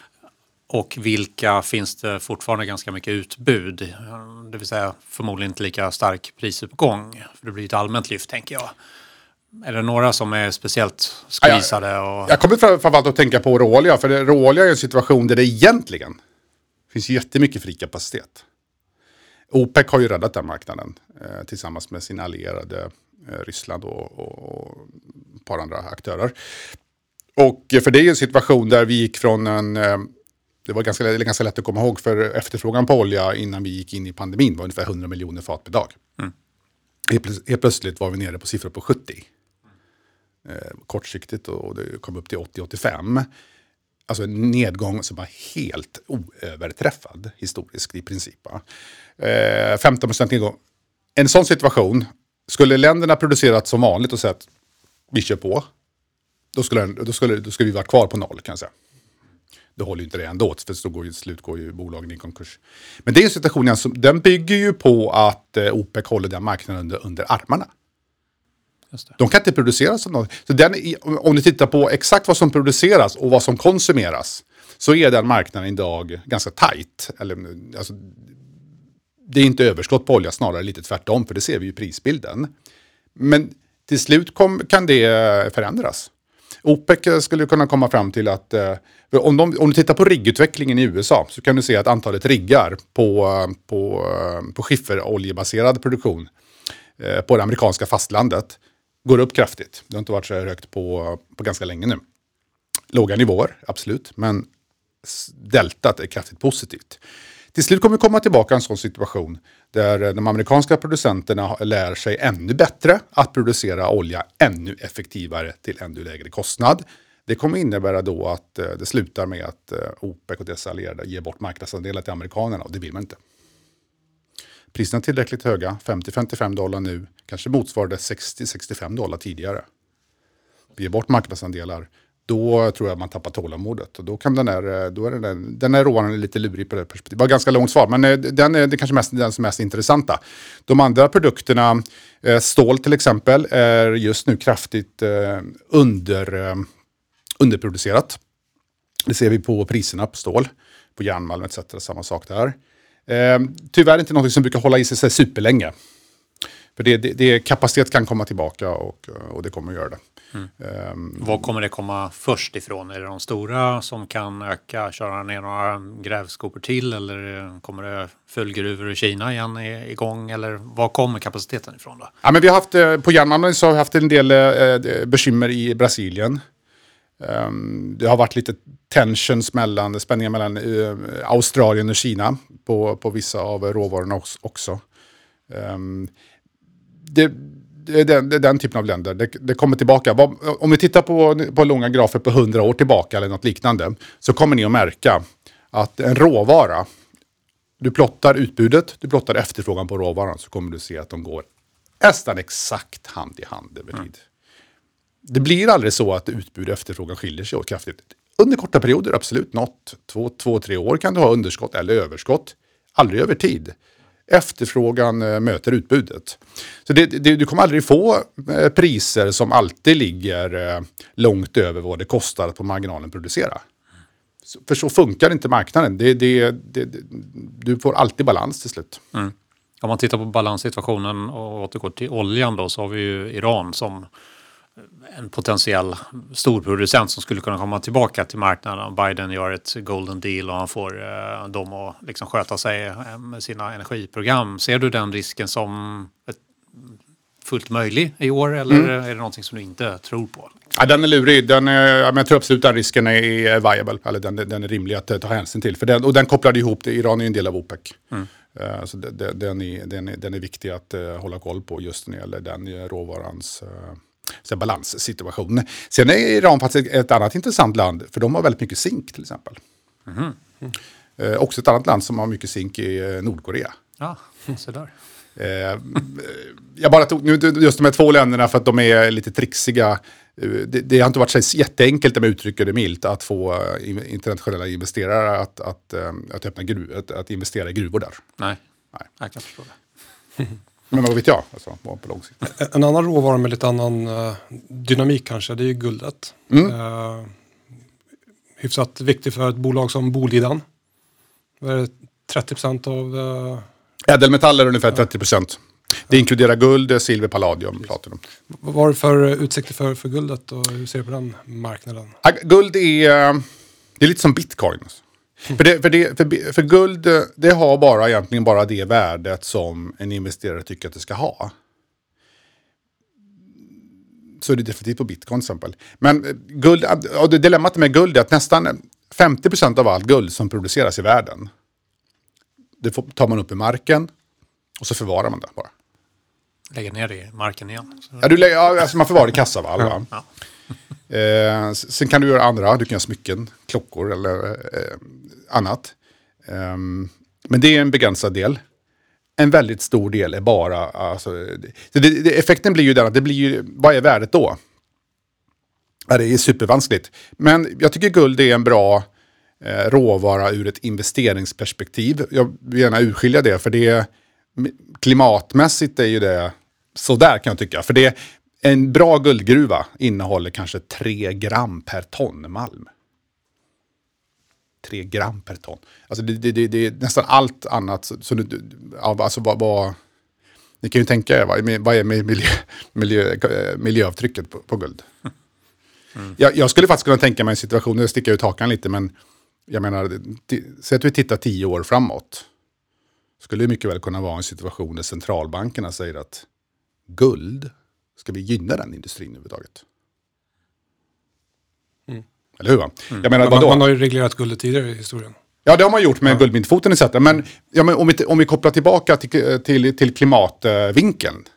och vilka finns det fortfarande ganska mycket utbud? Det vill säga förmodligen inte lika stark prisuppgång, för det blir ett allmänt lyft tänker jag. Är det några som är speciellt skvisade? Och...
Jag kommer framförallt att tänka på råolja, för det, råolja är en situation där det egentligen finns jättemycket fri kapacitet. OPEC har ju räddat den marknaden eh, tillsammans med sina allierade eh, Ryssland och, och, och ett par andra aktörer. Och för det är en situation där vi gick från en... Eh, det var ganska, ganska lätt att komma ihåg, för efterfrågan på olja innan vi gick in i pandemin var ungefär hundra miljoner fat per dag. Mm. Helt, helt plötsligt var vi nere på siffror på sjuttio. Eh, kortsiktigt och det kom upp till åttio åttiofem. Alltså en nedgång som var helt oöverträffad historiskt i princip. Eh, femton procent nedgång. En sån situation, skulle länderna producerat som vanligt och säga att vi kör på, då skulle, då skulle, då skulle vi vara kvar på noll kan jag säga. Det håller ju inte det ändå, för så går ju, slut går ju bolagen i konkurs. Men det är en situation som, den bygger ju på att eh, OPEC håller den marknaden under, under armarna. Just det. De kan inte producera som något. Så den, om du tittar på exakt vad som produceras och vad som konsumeras, så är den marknaden idag ganska tajt. Eller, alltså, det är inte överskott på olja, snarare lite tvärtom, för det ser vi ju i prisbilden. Men till slut kom, kan det förändras. OPEC skulle kunna komma fram till att eh, om, de, om du tittar på riggutvecklingen i U S A så kan du se att antalet riggar på, på, på skifferoljebaserad produktion eh, på det amerikanska fastlandet går upp kraftigt. Det har inte varit så högt på, på ganska länge nu. Låga nivåer, absolut, men deltat är kraftigt positivt. Till slut kommer vi komma tillbaka i en sån situation där de amerikanska producenterna lär sig ännu bättre att producera olja ännu effektivare till ännu lägre kostnad. Det kommer innebära då att det slutar med att OPEC och dessa allierade ger bort marknadsandelar till amerikanerna, och det vill man inte. Priserna är tillräckligt höga, femtio till femtiofem dollar nu, kanske motsvarade sextio till sextiofem dollar tidigare. Vi ger bort marknadsandelar då tror jag man tappar tålamodet. Och då kan den här, då är den, den här råvaran lite lurig på det perspektivet. Det var ganska långt svar, men den är det kanske mest, den som är mest intressanta. De andra produkterna, stål till exempel, är just nu kraftigt under, underproducerat. Det ser vi på priserna på stål, på järnmalm et cetera. Samma sak där. Tyvärr inte något som brukar hålla i sig superlänge. För det, det, det, kapacitet kan komma tillbaka och, och det kommer att göra det.
Mm. Um, Var kommer det komma först ifrån? Är det de stora som kan öka, köra ner några grävskopor till, eller kommer det fullgruvor i Kina igen igång, eller var kommer kapaciteten ifrån då?
Ja, men vi har haft, på järnmalmen så har vi haft en del eh, bekymmer i Brasilien. Um, det har varit lite tensions mellan, spänningar mellan eh, Australien och Kina på, på vissa av råvarorna också. Um, det Det är, den, det är den typen av länder. Det, det kommer tillbaka. Om vi tittar på, på långa grafer på hundra år tillbaka eller något liknande, så kommer ni att märka att en råvara, du plottar utbudet, du plottar efterfrågan på råvaran, så kommer du se att de går nästan exakt hand i hand över tid. Mm. Det blir aldrig så att utbud och efterfrågan skiljer sig åt kraftigt. Under korta perioder, absolut, något, två, två, tre år kan du ha underskott eller överskott. Aldrig över tid. Efterfrågan möter utbudet. Så det, det, du kommer aldrig få eh, priser som alltid ligger eh, långt över vad det kostar att på marginalen producera. Så, för så funkar inte marknaden. Det, det, det, det, du får alltid balans till slut.
Mm. Om man tittar på balanssituationen och återgår till oljan då, så har vi ju Iran som en potentiell storproducent som skulle kunna komma tillbaka till marknaden. Biden gör ett golden deal och han får eh, dem att liksom sköta sig med sina energiprogram. Ser du den risken som ett, fullt möjlig i år, eller mm. är det någonting som du inte tror på?
Ja, den är lurig. Den är, jag tror absolut den risken är viable, eller den, den är rimlig att ta hänsyn till. För den, och den kopplade ihop det. Iran är ju en del av OPEC. Mm. Uh, så det, det, den, är, den, är, den är viktig att uh, hålla koll på just när det gäller den råvarans... Uh, Så balanssituation. Sen är Iran faktiskt ett annat intressant land, för de har väldigt mycket zink till exempel. Mm. Mm. Eh, också ett annat land som har mycket zink i eh, Nordkorea.
Ja, så där.
Eh, jag bara tog nu just de här två länderna för att de är lite trixiga. Det, det har inte varit så jätteenkelt, om jag uttrycker det milt, att få internationella investerare att, att, att, öppna gruv, att, att investera i gruvor där.
Nej, Nej. jag kan förstå det.
Men vad vet jag, alltså, på lång sikt.
En annan råvara med lite annan uh, dynamik kanske, det är ju guldet. Mm. Uh, hyfsat viktigt för ett bolag som Boliden. Det är trettio procent av... Uh,
Ädelmetaller ungefär trettio procent. Det inkluderar guld, silver, palladium, platinum.
Vad var det för utsikter för, för guldet och hur ser du på den marknaden?
Ja, guld är, det är lite som bitcoin. Alltså. För, det, för, det, för, för guld, det har bara egentligen bara det värdet som en investerare tycker att det ska ha. Så är det definitivt på bitcoin till exempel. Men guld, och det dilemmat med guld är att nästan femtio procent av allt guld som produceras i världen, det får, tar man upp i marken och så förvarar man det bara.
Lägger ner det i marken igen.
Ja, du lägger, alltså man förvarar i kassavalv. Ja. Ja. Eh, sen kan du göra andra, du kan göra smycken, klockor eller eh, annat. Eh, men det är en begränsad del. En väldigt stor del är bara, alltså, det, det, effekten blir ju den att det blir ju, vad är värdet då? Ja, det är supervanskligt. Men jag tycker guld är en bra eh, råvara ur ett investeringsperspektiv. Jag vill gärna urskilja det, för det är, klimatmässigt är ju det så där kan jag tycka. För det en bra guldgruva innehåller kanske tre gram per ton malm. Tre gram per ton. Alltså det, det, det är nästan allt annat. Så, så, alltså vad, vad, ni kan ju tänka er, vad, vad är miljö, miljö, miljöavtrycket på, på guld? Mm. Jag, jag skulle faktiskt kunna tänka mig en situation, nu sticker jag ut hakan lite, men jag menar, säg att vi tittar tio år framåt. Skulle det mycket väl kunna vara en situation där centralbankerna säger att guld, ska vi gynna den industrin överhuvudtaget? Mm. Eller hur va? Mm. Jag menar,
man, man har ju reglerat guldet tidigare i historien.
Ja, det har man gjort med ja. guldmyntfoten et cetera. Men, ja, men om, vi, om vi kopplar tillbaka till, till, till klimatvinkeln. Mm.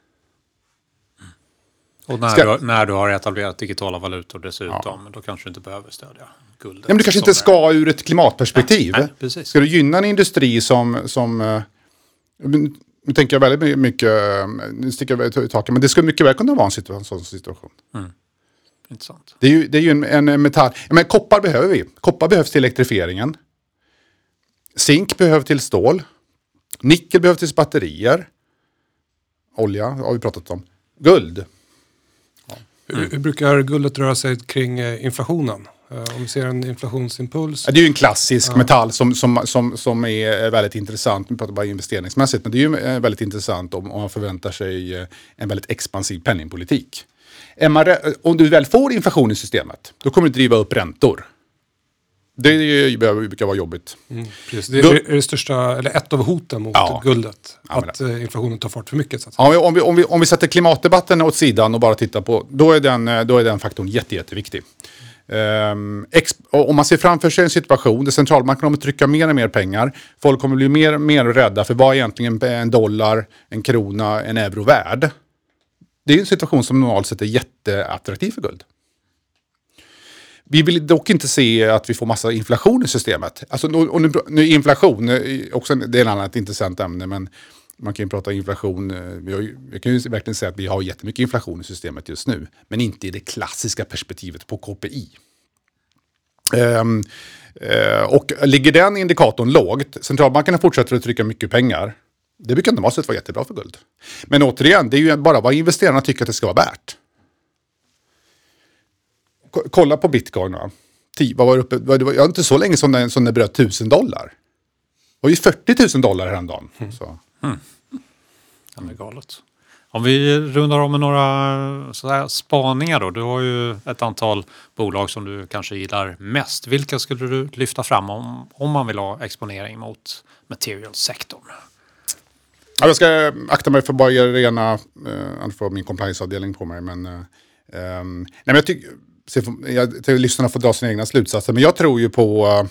Och när, ska, du, när du har etablerat digitala valutor dessutom, ja. då kanske du inte behöver stödja guldet.
Ja, men du kanske inte ska ur ett klimatperspektiv.
Nej, nej, precis.
Ska du gynna en industri som... som nu tänker jag väldigt mycket, nu sticker jag ut i taket, men det skulle mycket väl kunna vara en situation, sån situation. Mm.
intressant.
Det är ju, det är ju en, en metall. Men koppar behöver vi. Koppar behövs till elektrifieringen. Zink behövs till stål. Nickel behövs till batterier. Olja har vi pratat om. Guld.
Ja. Hur, hur brukar guldet röra sig kring inflationen? Om vi ser en inflationsimpuls.
Ja, det är ju en klassisk ja. metall som, som, som, som är väldigt intressant. Vi pratar bara investeringsmässigt. Men det är ju väldigt intressant om, om man förväntar sig en väldigt expansiv penningpolitik. Om du väl får inflation i systemet, då kommer du driva upp räntor. Det brukar vara jobbigt.
Mm, precis. Det är, är det största, eller ett av hoten mot ja. guldet.
Ja,
att det. inflationen tar fart för mycket. Så att
ja, om, vi, om, vi, om vi sätter klimatdebatten åt sidan och bara tittar på, då är den, då är den faktorn jätte, jätteviktig. Um, exp- om man ser framför sig en situation där centralbanken kommer att trycka mer och mer pengar, folk kommer bli mer och mer rädda för vad är egentligen en dollar, en krona, en euro värd. Det är en situation som normalt sett är jätteattraktiv för guld. Vi vill dock inte se att vi får massa inflation i systemet. Alltså, och nu, nu inflation, också, det är ett annat intressant ämne, men man kan ju prata inflation. Vi, har ju, vi kan ju verkligen säga att vi har jättemycket inflation i systemet just nu, men inte i det klassiska perspektivet på K P I. Um, uh, och ligger den indikatorn lågt, centralbankerna fortsätter att trycka mycket pengar, det brukar normalt sett vara jättebra för guld. Men återigen, det är ju bara vad investerarna tycker att det ska vara värt. K- kolla på bitcoin. Va? Tio, vad var uppe? Det var, jag inte så länge som den, som den bröt tusen dollar. Det var ju fyrtio tusen dollar häromdagen. Mm. Så.
Mm. Ja, det är galet. Om vi rundar om med några sådär spaningar då. Du har ju ett antal bolag som du kanske gillar mest. Vilka skulle du lyfta fram om, om man vill ha exponering mot materialsektorn?
Ja, jag ska akta mig för bara ge rena, eh, för min compliance-avdelning på mig. Men, eh, nej, men jag tycker, jag, jag, lyssnarna får dra sina egna slutsatser. Men jag tror ju på, eh,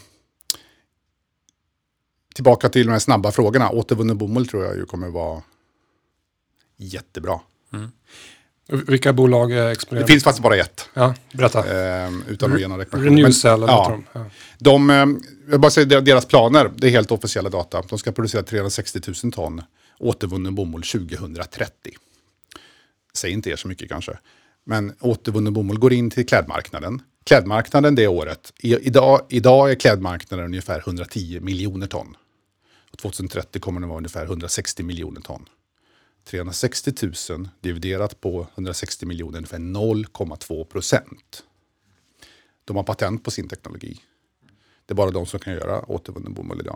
tillbaka till de här snabba frågorna. Återvunnen bomull tror jag ju kommer vara jättebra.
Mm. Vilka bolag exponerar?
Det finns faktiskt bara ett.
Ja, berätta.
Eh, utan att ge någon rekommendation.
Renewcell eller
ja,
de. Ja.
De, eh, jag bara säger deras planer, det är helt officiella data. De ska producera trehundrasextio tusen ton återvunnen bomull tjugohundratrettio. Säg inte er så mycket kanske. Men återvunnen bomull går in till klädmarknaden. Klädmarknaden det året. I, idag, idag är klädmarknaden ungefär hundratio miljoner ton. Och tjugohundratrettio kommer det vara ungefär hundrasextio miljoner ton. trehundrasextio tusen dividerat på hundrasextio miljoner, ungefär noll komma två procent. De har patent på sin teknologi. Det är bara de som kan göra återvunnen bomull idag.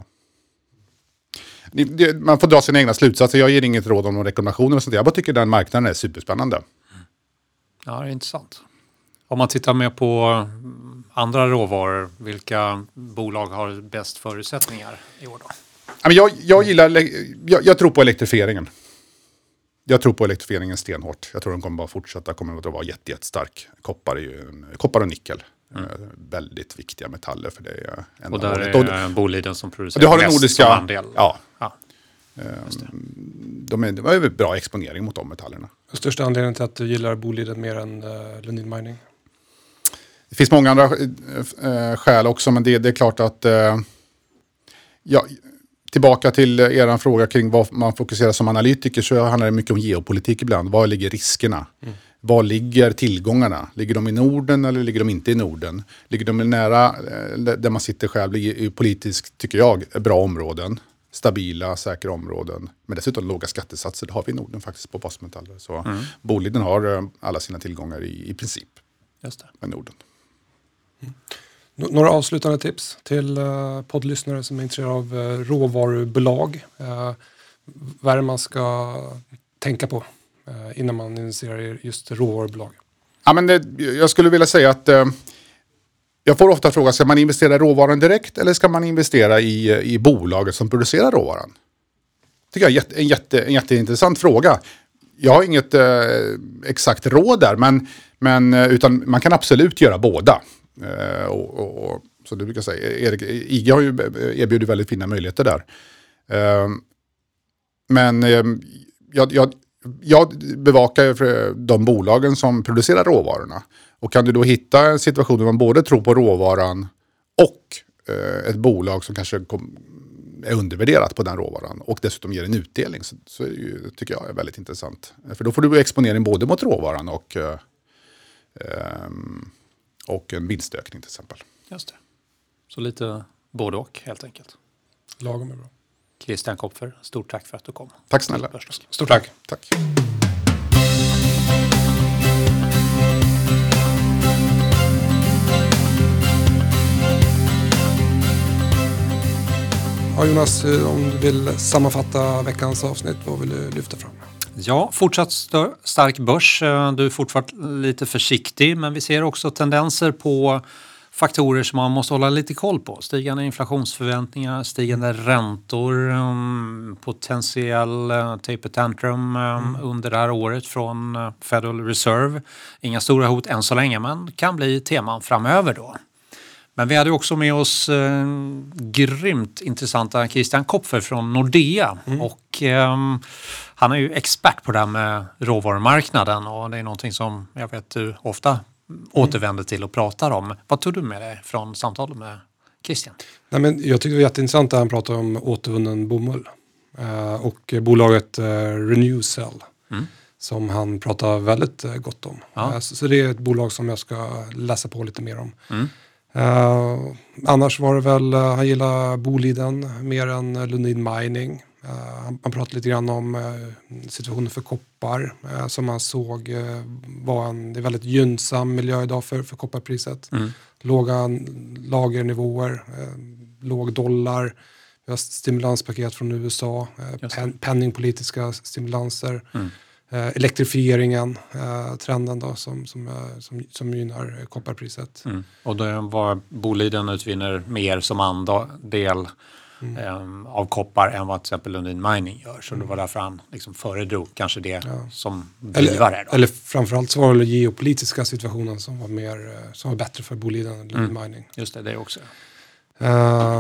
Man får dra sina egna slutsatser. Jag ger inget råd om någon rekommendation eller sånt. Jag bara tycker den marknaden är superspännande.
Ja, det är intressant. Om man tittar mer på andra råvaror, vilka bolag har bäst förutsättningar i år då?
Jag, jag, gillar, jag, jag tror på elektrifieringen. Jag tror på elektrifieringen stenhårt. Jag tror den kommer bara fortsätta, kommer att vara jätte, jättestark. Koppar, är ju en, koppar och nickel. Mm. Väldigt viktiga metaller för det. Är en
och där
och,
är Boliden som producerar
du har
mest
nordiska,
som andel.
Ja.
ja.
De är, det var ju bra exponering mot de metallerna.
Största anledningen till att du gillar Boliden mer än uh, Lundin Mining?
Det finns många andra äh, skäl också, men det, det är klart att äh, ja, tillbaka till er fråga kring vad man fokuserar som analytiker, så handlar det mycket om geopolitik ibland. Var ligger riskerna? Mm. Var ligger tillgångarna? Ligger de i Norden eller ligger de inte i Norden? Ligger de nära där man sitter själv i politiskt, tycker jag, bra områden. Stabila, säkra områden. Men dessutom låga skattesatser. Det har vi i Norden faktiskt på basmetaller. Så mm. Boliden har alla sina tillgångar i, i princip.
Just det.
Med Norden.
Mm. Några avslutande tips till uh, poddlyssnare som är intresserade av uh, råvarubolag. Uh, vad är det man ska tänka på uh, innan man investerar i just råvarubolag?
Ja, men det, jag skulle vilja säga att uh, jag får ofta fråga, ska man investera i råvaran direkt eller ska man investera i, i bolaget som producerar råvaran? Det tycker jag är en, jätte, en jätteintressant fråga. Jag har inget uh, exakt råd där, men, men, utan man kan absolut göra båda. Uh, och, och, och, så det brukar jag säga. Erik, I G har ju erbjudit väldigt fina möjligheter där. Uh, men uh, jag, jag, jag bevakar för de bolagen som producerar råvarorna. Och kan du då hitta en situation där man både tror på råvaran och uh, ett bolag som kanske kom, är undervärderat på den råvaran och dessutom ger en utdelning, så, så är det ju, tycker jag är väldigt intressant. För då får du exponering både mot råvaran och uh, Um, och en vinstökning till exempel.
Just det. Så lite både och helt enkelt.
Lagom är bra.
Christian Kopfer, stort tack för att du kom.
Tack snälla.
Stort tack.
Tack.
Ja, Jonas, om du vill sammanfatta veckans avsnitt, vad vill du lyfta fram?
Ja, fortsatt stö- stark börs. Du är fortfarande lite försiktig, men vi ser också tendenser på faktorer som man måste hålla lite koll på. Stigande inflationsförväntningar, stigande räntor, um, potentiell uh, taper tantrum um, mm. under det här året från uh, Federal Reserve. Inga stora hot än så länge, men kan bli teman framöver då. Men vi hade också med oss eh, grymt intressanta Christian Kopfer från Nordea. Mm. Och eh, han är ju expert på det här med råvarumarknaden. Och det är någonting som jag vet du ofta mm. återvänder till och pratar om. Vad tog du med dig från samtalet med Christian?
Nej, men jag tyckte det var jätteintressant att han pratade om återvunnen bomull. Eh, och bolaget eh, Renewcell. Mm. Som han pratar väldigt eh, gott om. Ja. Eh, så, så det är ett bolag som jag ska läsa på lite mer om. Mm. Uh, annars var det väl, uh, han gillar Boliden mer än uh, Lundin Mining. Uh, han, han pratade lite grann om uh, situationen för koppar uh, som man såg uh, var en det är väldigt gynnsam miljö idag för, för kopparpriset. Mm. Låga lagernivåer, uh, låg dollar, vi har stimulanspaket från U S A, uh, pen, penningpolitiska stimulanser. Mm. Uh, elektrifieringen, uh, trenden då, som, som, uh, som, som gynnar kopparpriset.
Mm. Och då var Boliden utvinner mer som andel mm. um, av koppar än vad till exempel Lundin Mining gör. Så mm. det var därför han liksom föredrog kanske det ja. som drivare.
Eller, eller framförallt så var det geopolitiska situationen som var, mer, som var bättre för Boliden än Lundin mm. Mining.
Just det, det också.
Uh,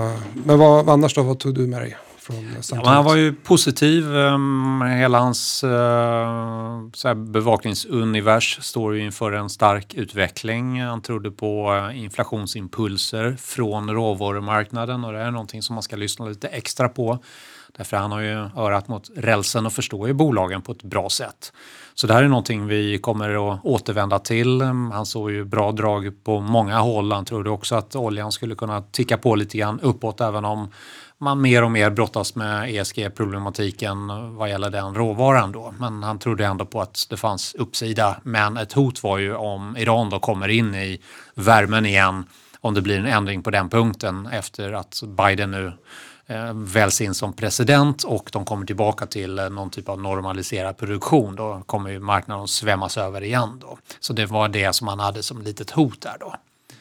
men vad, annars då, vad tog du med dig?
Ja, han var ju positiv. Um, hela hans uh, så här bevakningsunivers står ju inför en stark utveckling. Han trodde på uh, inflationsimpulser från råvarumarknaden och det är någonting som man ska lyssna lite extra på. Därför han har ju örat mot rälsen och förstår ju bolagen på ett bra sätt. Så det här är någonting vi kommer att återvända till. Han såg ju bra drag på många håll. Han trodde också att oljan skulle kunna ticka på lite grann uppåt även om man mer och mer brottas med E S G-problematiken vad gäller den råvaran då. Men han trodde ändå på att det fanns uppsida. Men ett hot var ju om Iran då kommer in i värmen igen. Om det blir en ändring på den punkten efter att Biden nu eh, väljs in som president och de kommer tillbaka till eh, någon typ av normaliserad produktion. Då kommer ju marknaden att svämmas över igen då. Så det var det som han hade som litet hot där då.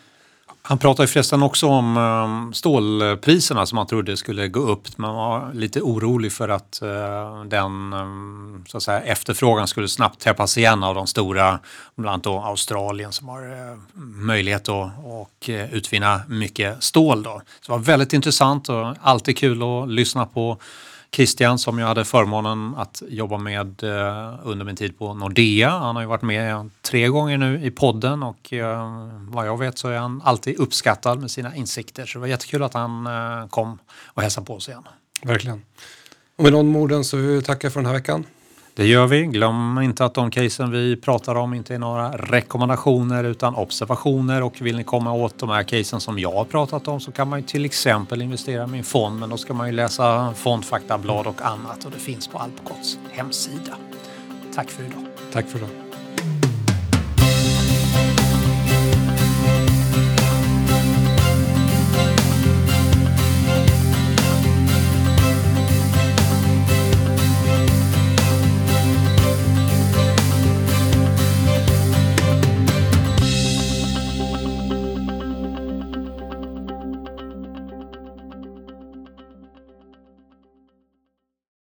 Han pratade ju förresten också om um, stålpriserna som han trodde skulle gå upp. Man var lite orolig för att uh, den um, så att säga, efterfrågan skulle snabbt täppas igen av de stora, bland annat då Australien som har uh, möjlighet att och, uh, utvinna mycket stål. Då. Så det var väldigt intressant och alltid kul att lyssna på Christian som jag hade förmånen att jobba med eh, under min tid på Nordea. Han har ju varit med tre gånger nu i podden och eh, vad jag vet så är han alltid uppskattad med sina insikter. Så det var jättekul att han eh, kom och hälsade på oss igen.
Verkligen. Och med de orden så tackar jag för den här veckan.
Det gör vi. Glöm inte att de casen vi pratar om inte är några rekommendationer utan observationer. Och vill ni komma åt de här casen som jag har pratat om så kan man ju till exempel investera med en fond. Men då ska man ju läsa fondfaktablad och annat och det finns på Alpcots hemsida. Tack för idag.
Tack för idag.